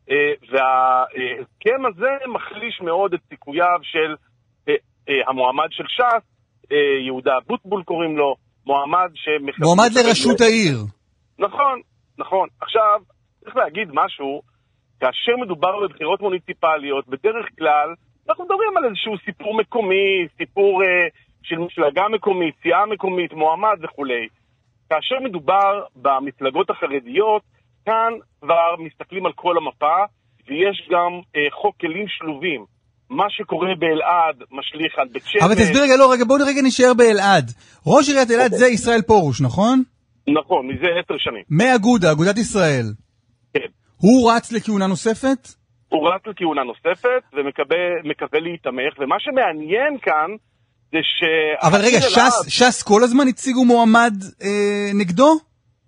וההסכם הזה מחליש מאוד את סיכוייו של המועמד של ש"ס, יהודה בוטבול קוראים לו, מועמד לראשות העיר. נכון, נכון. עכשיו, צריך להגיד משהו, כאשר מדובר בבחירות מוניציפליות, בדרך כלל, אנחנו מדברים על איזשהו סיפור מקומי, סיפור של מפלגה מקומית, סיעה מקומית, מועמד וכו'. כאשר מדובר במפלגות החרדיות, כאן כבר מסתכלים על כל המפה, ויש גם חוק כלים שלובים. מה שקורה באלעד משליך על בית שמש. אבל תסביר רגע, לא, בואו נשאר באלעד. ראש עיריית אלעד זה ישראל פורוש, נכון? נכון, מזה 10 שנים. אגודת ישראל. כן. הוא רץ לכהונה נוספת? הוא רץ לכהונה נוספת, ומקווה להתאמך, ומה שמעניין כאן, זה ש... אבל רגע, ש"ס כל הזמן הציגו מועמד נגדו?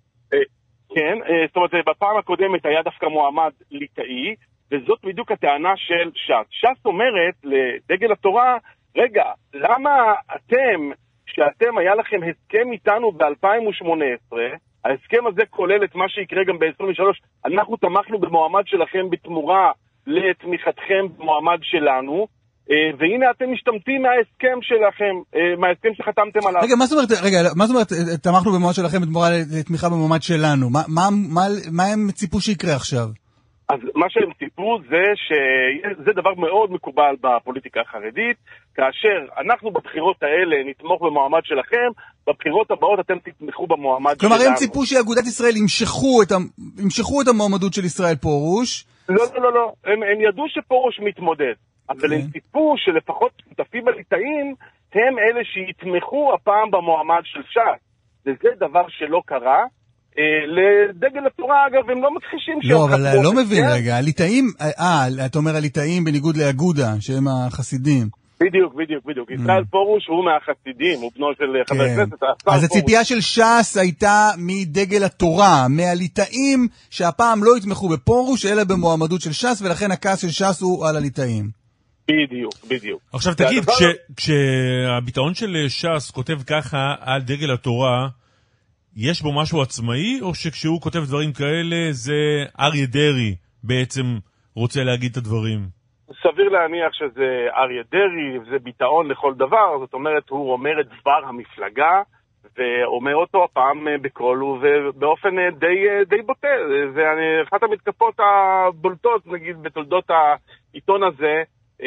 כן, זאת אומרת, בפעם הקודמת היה דווקא מועמד ליטאי, וזאת בדיוק הטענה של ש"ס. ש"ס אומרת לדגל התורה, רגע, למה שאתם היה לכם הסכם איתנו ב-2018, ההסכם הזה כולל את מה שיקרה גם ב-23, אנחנו תמכנו במועמד שלכם בתמורה לתמיכתכם במועמד שלנו, והנה אתם משתמטים מההסכם שלכם, מההסכם שחתמתם עליו. רגע, מה זאת אומרת, תמכנו במועמד שלכם בתמורה לתמיכה במועמד שלנו? מה הם ציפו שיקרה עכשיו? אז מה שהם ציפו זה שזה דבר מאוד מקובל בפוליטיקה החרדית, כאשר אנחנו בבחירות האלה נתמוך במועמד שלכם, בבחירות הבאות אתם תתמכו במועמד שלנו. כלומר, הם ציפו שאגודת ישראל ימשכו את המועמדות של ישראל פורוש? לא, הם ידעו שפורוש מתמודד, אבל הם ציפו שלפחות שותפים הליטאים הם אלה שיתמכו הפעם במועמד של ש"ס, וזה דבר שלא קרה. לדגל התורה, אגב, הם לא מכחישים לא, אבל לא מבין רגע, הליטאים, אתה אומר הליטאים בניגוד לאגודה, שהם החסידים. בדיוק. ישראל פורוש הוא מהחסידים, הוא בנו של חבר הכנסת. אז הציפייה של ש"ס הייתה מדגל התורה, מהליטאים, שהפעם לא יתמכו בפורוש, אלא במועמדות של ש"ס, ולכן הכעס של ש"ס הוא על הליטאים. בדיוק. עכשיו תגיד, כשהביטאון של ש"ס כותב ככה על דגל התורה, יש בו משהו עצמאי, או שכשהוא כותב דברים כאלה, זה אריה דרעי בעצם רוצה להגיד את הדברים? סביר להניח שזה אריה דרעי, זה ביטאון לכל דבר, זאת אומרת, הוא אומר את דבר המפלגה, ואומר אותו הפעם בקול ובאופן די בוטה. זה אחת המתקפות הבולטות, נגיד, בתולדות העיתון הזה,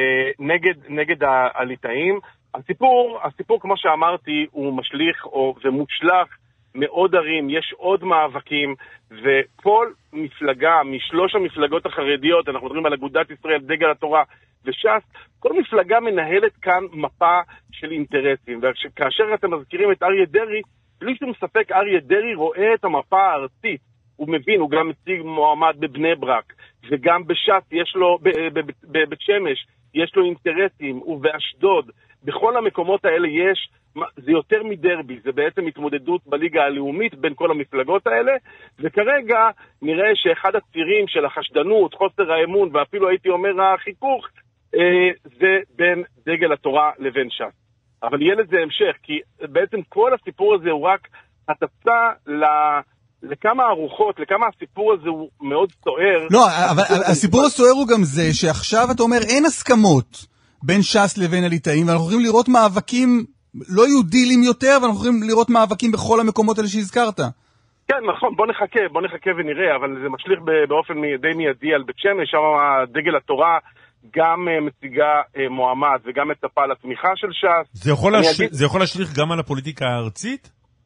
נגד הליטאים. הסיפור, כמו שאמרתי, הוא משליך ומושלך מאוד ערים, יש עוד מאבקים, וכל מפלגה משלוש המפלגות החרדיות, אנחנו מדברים על אגודת ישראל, דגל התורה וש"ס, כל מפלגה מנהלת כאן מפה של אינטרסים, וכאשר אתם מזכירים את אריה דרעי, בלי שום ספק אריה דרעי רואה את המפה הארצית, הוא מבין, הוא גם מציג מועמד בבני ברק, וגם בש"ס יש לו, בבית שמש, יש לו אינטרסים, ובאשדוד, בכל המקומות האלה יש, זה יותר מדרבי, זה בעצם התמודדות בליגה הלאומית בין כל המפלגות האלה, וכרגע נראה שאחד הצירים של החשדנות, חוסר האמון, ואפילו הייתי אומר החיכוך, זה בין דגל התורה לבין ש"ס. אבל יהיה לזה המשך, כי בעצם כל הסיפור הזה הוא רק התצא לכמה ארוחות, לכמה הסיפור הזה הוא מאוד סוער. לא, אבל הסיפור הסוער הוא גם זה שעכשיו אתה אומר אין הסכמות בין ש"ס לבין הליטאים, ואנחנו יכולים לראות מאבקים לא יהיו דילים יותר, ואנחנו יכולים לראות מאבקים בכל המקומות האלה שהזכרת. כן, נכון, בוא נחכה ונראה, אבל זה משליך באופן די מיידי על בית שמש, שם דגל התורה גם מציגה מועמד וגם מצפה לתמיכה של ש"ס. זה יכול להשליך גם על הפוליטיקה הארצית?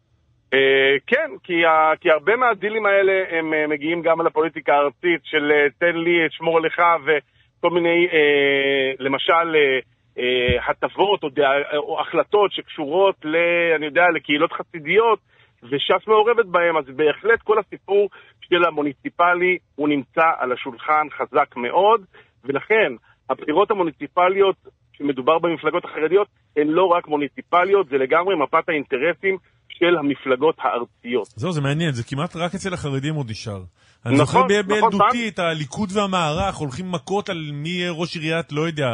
כן, כי הרבה מהדילים האלה הם מגיעים גם על הפוליטיקה הארצית של תן לי, שמור לך, כל מיני, למשל, הטבות או החלטות שקשורות אני יודע, לקהילות חסידיות, וש"ס מעורבת בהם, אז בהחלט כל הסיפור של המוניציפלי הוא נמצא על השולחן חזק מאוד, ולכן הבחירות המוניציפליות שמדובר במפלגות החרדיות הן לא רק מוניציפליות, זה לגמרי מפת האינטרסים של המפלגות הארציות. זהו, זה מעניין, זה כמעט רק אצל החרדים עוד נשאר. אני זוכר בילדותי את הליכוד והמערך, הולכים מכות על מי יהיה ראש עיריית, לא יודע,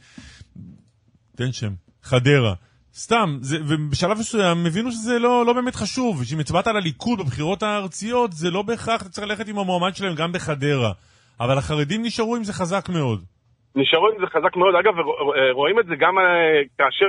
תן שם, חדרה. סתם, ובשלב מסוים הבינו שזה לא באמת חשוב, שמצבעת על הליכוד בבחירות הארציות, זה לא בהכרח, אתה צריך ללכת עם המועמד שלהם גם בחדרה. אבל החרדים נשארו עם זה חזק מאוד. נשארו עם זה חזק מאוד, אגב, רואים את זה גם כאשר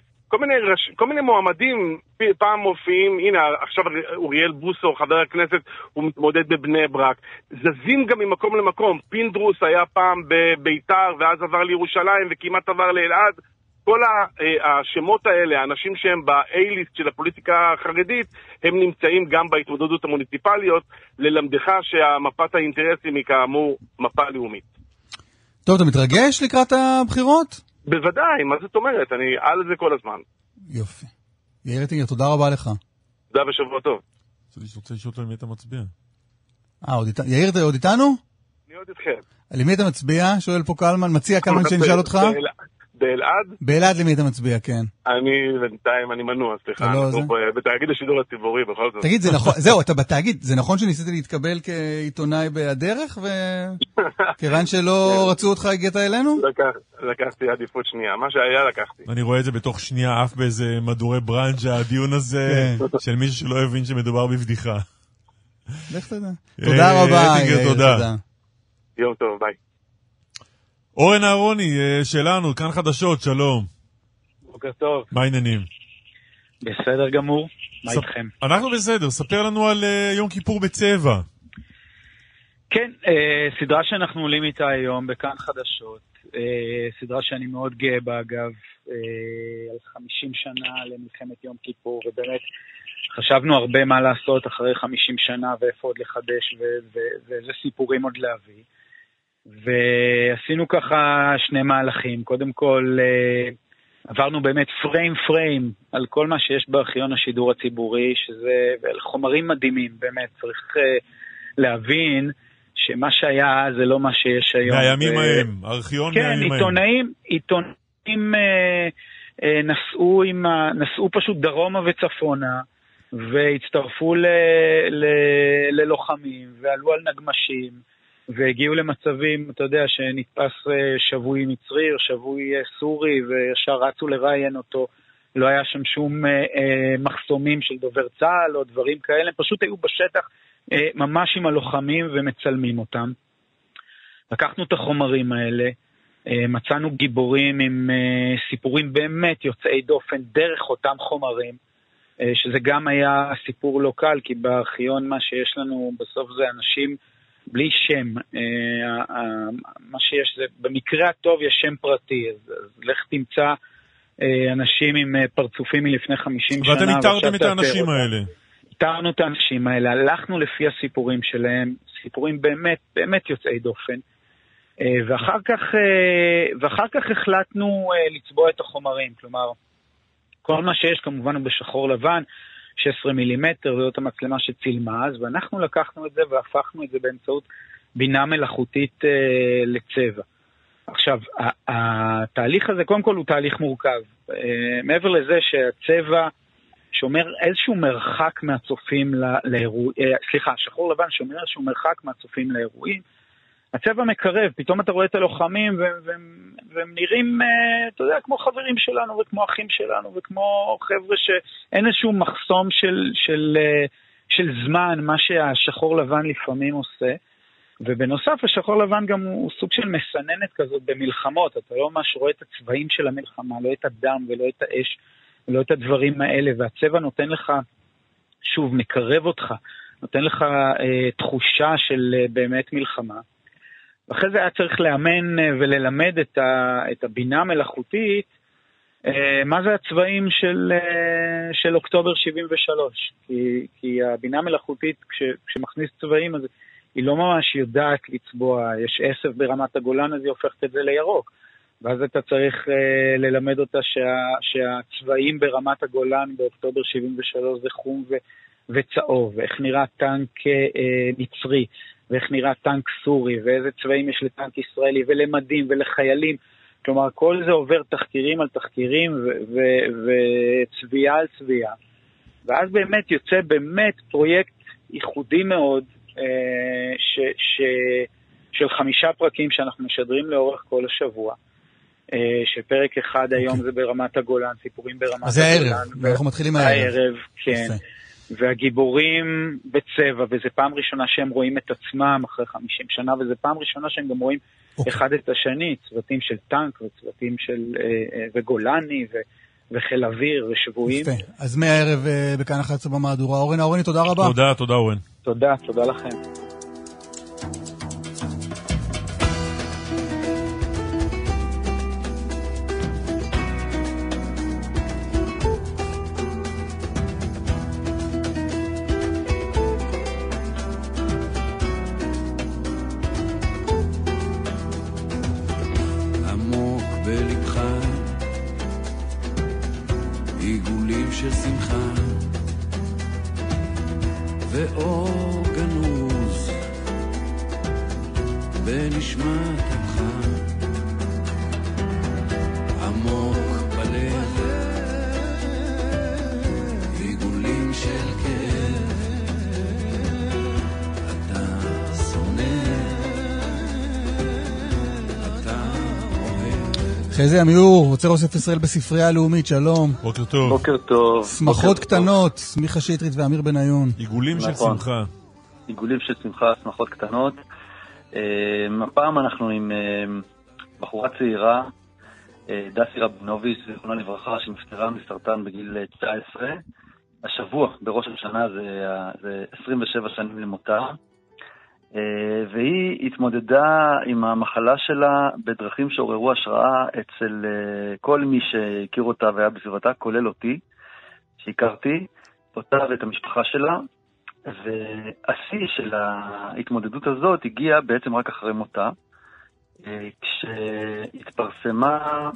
כל מיני מועמדים פעם מופיעים, הנה עכשיו אוריאל בוסו, חבר הכנסת, הוא מתמודד בבני ברק, זזים גם ממקום למקום, פינדרוס היה פעם בביתר ואז עבר לירושלים וכמעט עבר לאלעד, כל השמות האלה, האנשים שהם ב-A-ליסט של הפוליטיקה החרדית, הם נמצאים גם בהתמודדות המוניציפליות, ללמדך שהמפת האינטרסים היא כאמור מפה לאומית. טוב, אתה מתרגש לקראת הבחירות? בוודאי, מה זאת אומרת? אני על זה כל הזמן. יופי. יאיר אטינגר, תודה רבה לך. תודה ושבוע טוב. רוצה לשאול אותו למי אתה מצביע. יאיר, אתה עוד איתנו? אני עוד איתכם. למי אתה מצביע? שואל פה קלמן, מציע קלמן שנשאל אותך? באלעד? באלעד למי אתה מצביע, כן. אני בינתיים, אני מנוע, סליחה. בתאגיד השידור הציבורי, בכל זאת. תגיד, זה נכון, זהו, אתה בתאגיד, זה נכון שניסיתי להתקבל כעיתונאי בדרך, וכיוון שלא רצו אותך הגעת אלינו? לקחתי עדיפות שנייה, מה שהיה לקחתי. אני רואה את זה בתוך שנייה, אף באיזה מדורי ברנג'ה, הדיון הזה של מישהו שלא הבין שמדובר בבדיחה. לך תודה. תודה רבה. תודה. יום טוב, ביי. אורן אהרוני, שלנו, כאן חדשות, שלום. בוקר טוב. מה העניינים? בסדר גמור, מה איתכם? אנחנו בסדר, ספר לנו על יום כיפור בצבע. כן, סדרה שאנחנו עולים איתה היום בכאן חדשות, סדרה שאני מאוד גאה בה אגב, על 50 שנה למלחמת יום כיפור, ובאמת חשבנו הרבה מה לעשות אחרי 50 שנה ואיפה עוד לחדש ואיזה סיפורים עוד להביא. ועשינו ככה שני מהלכים. קודם כל, עברנו באמת פריים על כל מה שיש בארכיון השידור הציבורי, שזה חומרים מדהימים, באמת. צריך להבין שמה שהיה זה לא מה שיש היום. מהימים ההם, ארכיון מהימים ההם. כן, עיתונאים נסעו פשוט דרומה וצפונה, והצטרפו ללוחמים, ועלו על נגמשים, והגיעו למצבים, אתה יודע, שנתפס שבוי מצרי או שבוי סורי, וישר רצו לראיין אותו. לא היה שם שום מחסומים של דובר צה"ל או דברים כאלה, הם פשוט היו בשטח ממש עם הלוחמים ומצלמים אותם. לקחנו את החומרים האלה, מצאנו גיבורים עם סיפורים באמת יוצאי דופן דרך אותם חומרים, שזה גם היה סיפור לא קל, כי בארכיון מה שיש לנו בסוף זה אנשים בלי שם. מה שיש זה, במקרה הטוב יש שם פרטי, אז לך תמצא אנשים עם פרצופים מלפני 50 שנה. ואתם איתרתם את האנשים האלה. איתרנו את האנשים האלה, הלכנו לפי הסיפורים שלהם, סיפורים באמת, באמת יוצאי דופן, ואחר כך החלטנו לצבוע את החומרים, כלומר, כל מה שיש כמובן הוא בשחור לבן, 16 מילימטר, זאת המצלמה שצילמה אז, ואנחנו לקחנו את זה והפכנו את זה באמצעות בינה מלאכותית לצבע. עכשיו, התהליך הזה קודם כל הוא תהליך מורכב. מעבר לזה שהצבע שומר איזשהו מרחק מהצופים לאירועים, שחור לבן שומר איזשהו מרחק מהצופים לאירועים, הצבע מקרב, פתאום אתה רואה את הלוחמים והם נראים, אתה יודע, כמו חברים שלנו וכמו אחים שלנו וכמו חבר'ה שאין איזשהו מחסום של זמן, מה שהשחור לבן לפעמים עושה. ובנוסף, השחור לבן גם הוא סוג של מסננת כזאת במלחמות, אתה לא ממש רואה את הצבעים של המלחמה, לא את הדם ולא את האש ולא את הדברים האלה, והצבע נותן לך, שוב, מקרב אותך, נותן לך תחושה של באמת מלחמה. ואחרי זה היה צריך לאמן וללמד את הבינה המלאכותית, מה זה הצבעים של אוקטובר 73. כי הבינה המלאכותית, כשמכניס צבעים, אז היא לא ממש יודעת לצבוע, יש עשב ברמת הגולן, אז היא הופכת את זה לירוק. ואז אתה צריך ללמד אותה שהצבעים ברמת הגולן באוקטובר 73 זה חום וצהוב, ואיך נראה טנק מצרי, ואיך נראה טנק סורי, ואיזה צבעים יש לטנק ישראלי, ולמדים ולחיילים. כלומר, כל זה עובר תחקירים על תחקירים וצביעה על צביעה. ואז באמת יוצא באמת פרויקט ייחודי מאוד, של 5 פרקים שאנחנו משדרים לאורך כל השבוע. שפרק אחד היום זה ברמת הגולן, סיפורים ברמת הגולן. אז זה הערב, ואנחנו מתחילים הערב. כן. והגיבורים בצבע, וזו פעם ראשונה שהם רואים את עצמם אחרי 50 שנה, וזו פעם ראשונה שהם גם רואים אחד את השני, צוותים של טנק וצוותים של וגולני וחיל אוויר ושבויים. אז מהערב בכאן 11 במהדורה. אורני, תודה רבה. תודה אורן. תודה לכם. של שמחה ואור גנוז בנשמת לך עמוק בלב עיגולים של כאב אתה שונא אתה אוהב. חזי עמיור, רוצה אוסף ישראל בספרייה הלאומית, שלום. בוקר טוב. בוקר טוב. שמחות קטנות, מיכה שטרית ואמיר בניון. עיגולים של שמחה. עיגולים של שמחה, שמחות קטנות. הפעם אנחנו עם בחורה צעירה, דסי רבינוביץ', זיכרונה לברכה, שנפטרה מסרטן בגיל 19. השבוע, בראש השנה, זה 27 שנים למותה. והיא התמודדה עם המחלה שלה בדרכים שעוררו השראה אצל כל מי שהכיר אותה והיה בסביבתה, כולל אותי, שהכרתי אותה ואת המשפחה שלה. והשיא של ההתמודדות הזאת הגיע בעצם רק אחרי מותה, כשהתפרסמה,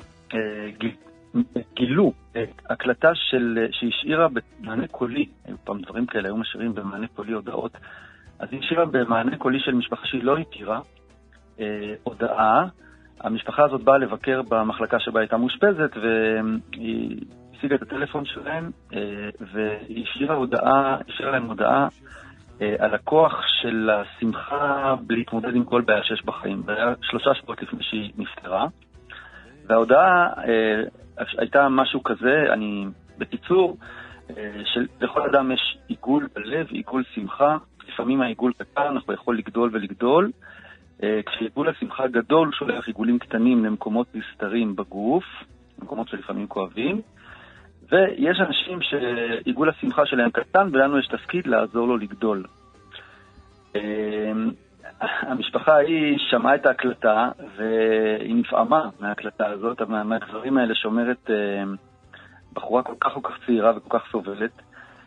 גילו את הקלטה שהשאירה במענה קולי, פעם דברים כאלה היו משאירים במענה קולי הודעות, אז היא השאירה במענה קולי של משפחה שהיא לא הכירה, הודעה. המשפחה הזאת באה לבקר במחלקה שבה הייתה מאושפזת, והיא השיגה את הטלפון שלהם, והיא השאירה להם הודעה על הכוח של השמחה להתמודד עם כל בעיה שיש בחיים. זה היה 3 שבועות לפני שהיא נפטרה. וההודעה הייתה משהו כזה, בקיצור, שלכל אדם יש עיגול בלב, עיגול שמחה. לפעמים העיגול קטן, אנחנו יכול לגדול ולגדול. כשעיגול השמחה גדול, הוא שולח עיגולים קטנים למקומות נסתרים בגוף, מקומות שלפעמים כואבים. ויש אנשים שעיגול השמחה שלהם קטן, ולנו יש תפקיד לעזור לו לגדול. המשפחה היא שמעה את ההקלטה, והיא נפעמה מההקלטה הזאת, מהדברים האלה שאומרת בחורה כל כך צעירה וכל כך סובלת.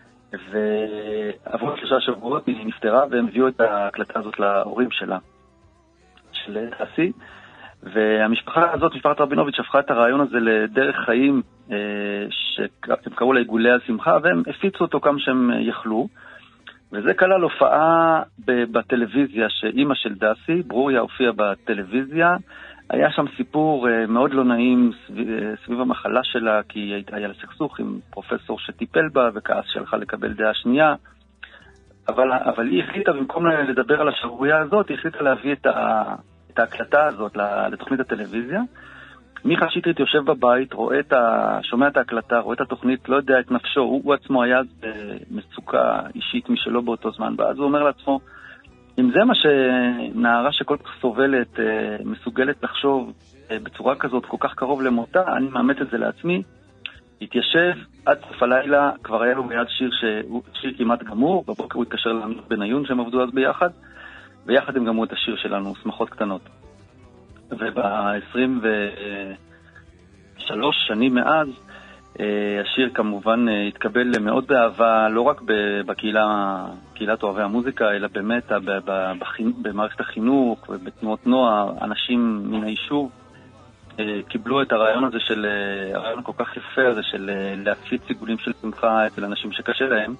ועברו 3 שבועות היא נפטרה, והם הביאו את ההקלטה הזאת להורים שלה, של דסי. והמשפחה הזאת, משפחת רבינוביץ', הפכה את הרעיון הזה לדרך חיים שהם קראו לה עיגולי השמחה, והם הפיצו אותו כמה שהם יכלו. וזה כלל הופעה בטלוויזיה, שאימא של דסי, ברוריה, הופיעה בטלוויזיה. היה שם סיפור מאוד לא נעים סביב המחלה שלה, כי היה לה סכסוך עם פרופסור שטיפל בה, וכעס שהלכה לקבל דעה שנייה. אבל היא החליטה, במקום לדבר על השערורייה הזאת, היא החליטה להביא את ההקלטה הזאת לתוכנית הטלוויזיה. מיכה שטרית יושב בבית, שומע את ההקלטה, רואה את התוכנית, לא יודע את נפשו, הוא עצמו היה במצוקה אישית משלו באותו זמן, ואז הוא אומר לעצמו, אם זה מה שנערה שכל כך סובלת, מסוגלת לחשוב בצורה כזאת כל כך קרוב למותה, אני מאמץ את זה לעצמי, התיישב עד סוף הלילה, כבר היה לו ביד שיר כמעט גמור, בבוקר הוא התקשר לאמיר בניון שהם עבדו אז ביחד, ויחד הם גמרו את השיר שלנו, שמחות קטנות. וב-23 שנים מאז, השיר כמובן התקבל מאוד באהבה, לא רק בקהילת אוהבי המוזיקה, אלא באמת במערכת החינוך ובתנועות נוער. אנשים מן היישוב קיבלו את הרעיון הזה הרעיון כל כך יפה הזה של להפיץ סיגולים של שמחה אצל אנשים שקשה להם.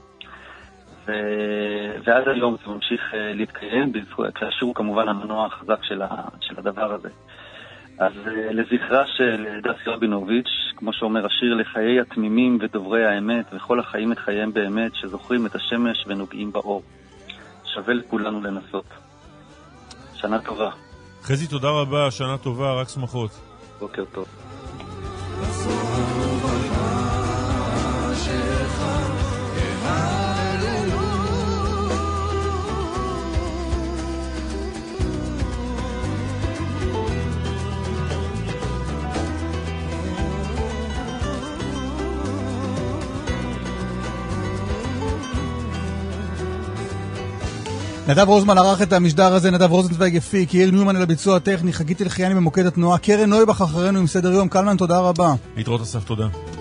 ועד היום זה ממשיך להתקיים, כשהשיר הוא כמובן המנוע החזק של הדבר הזה. אז לזכרה של דסי רבינוביץ', כמו שאומר השיר, לחיי התמימים ודוברי האמת, וכל החיים את חייהם באמת, שזוכרים את השמש ונוגעים באור. שווה לכולנו לנסות. שנה טובה. חזי, תודה רבה, שנה טובה, רק שמחות. בוקר טוב. נדב רוזמן ערך את המשדר הזה, נדב רוזנצוויג הפיק, יאיר ניומן על הביצוע הטכני, חגית אלחייני במוקד התנועה, קרן נויבך אחרינו עם סדר יום. קלמן, תודה רבה. להתראות אסף, תודה.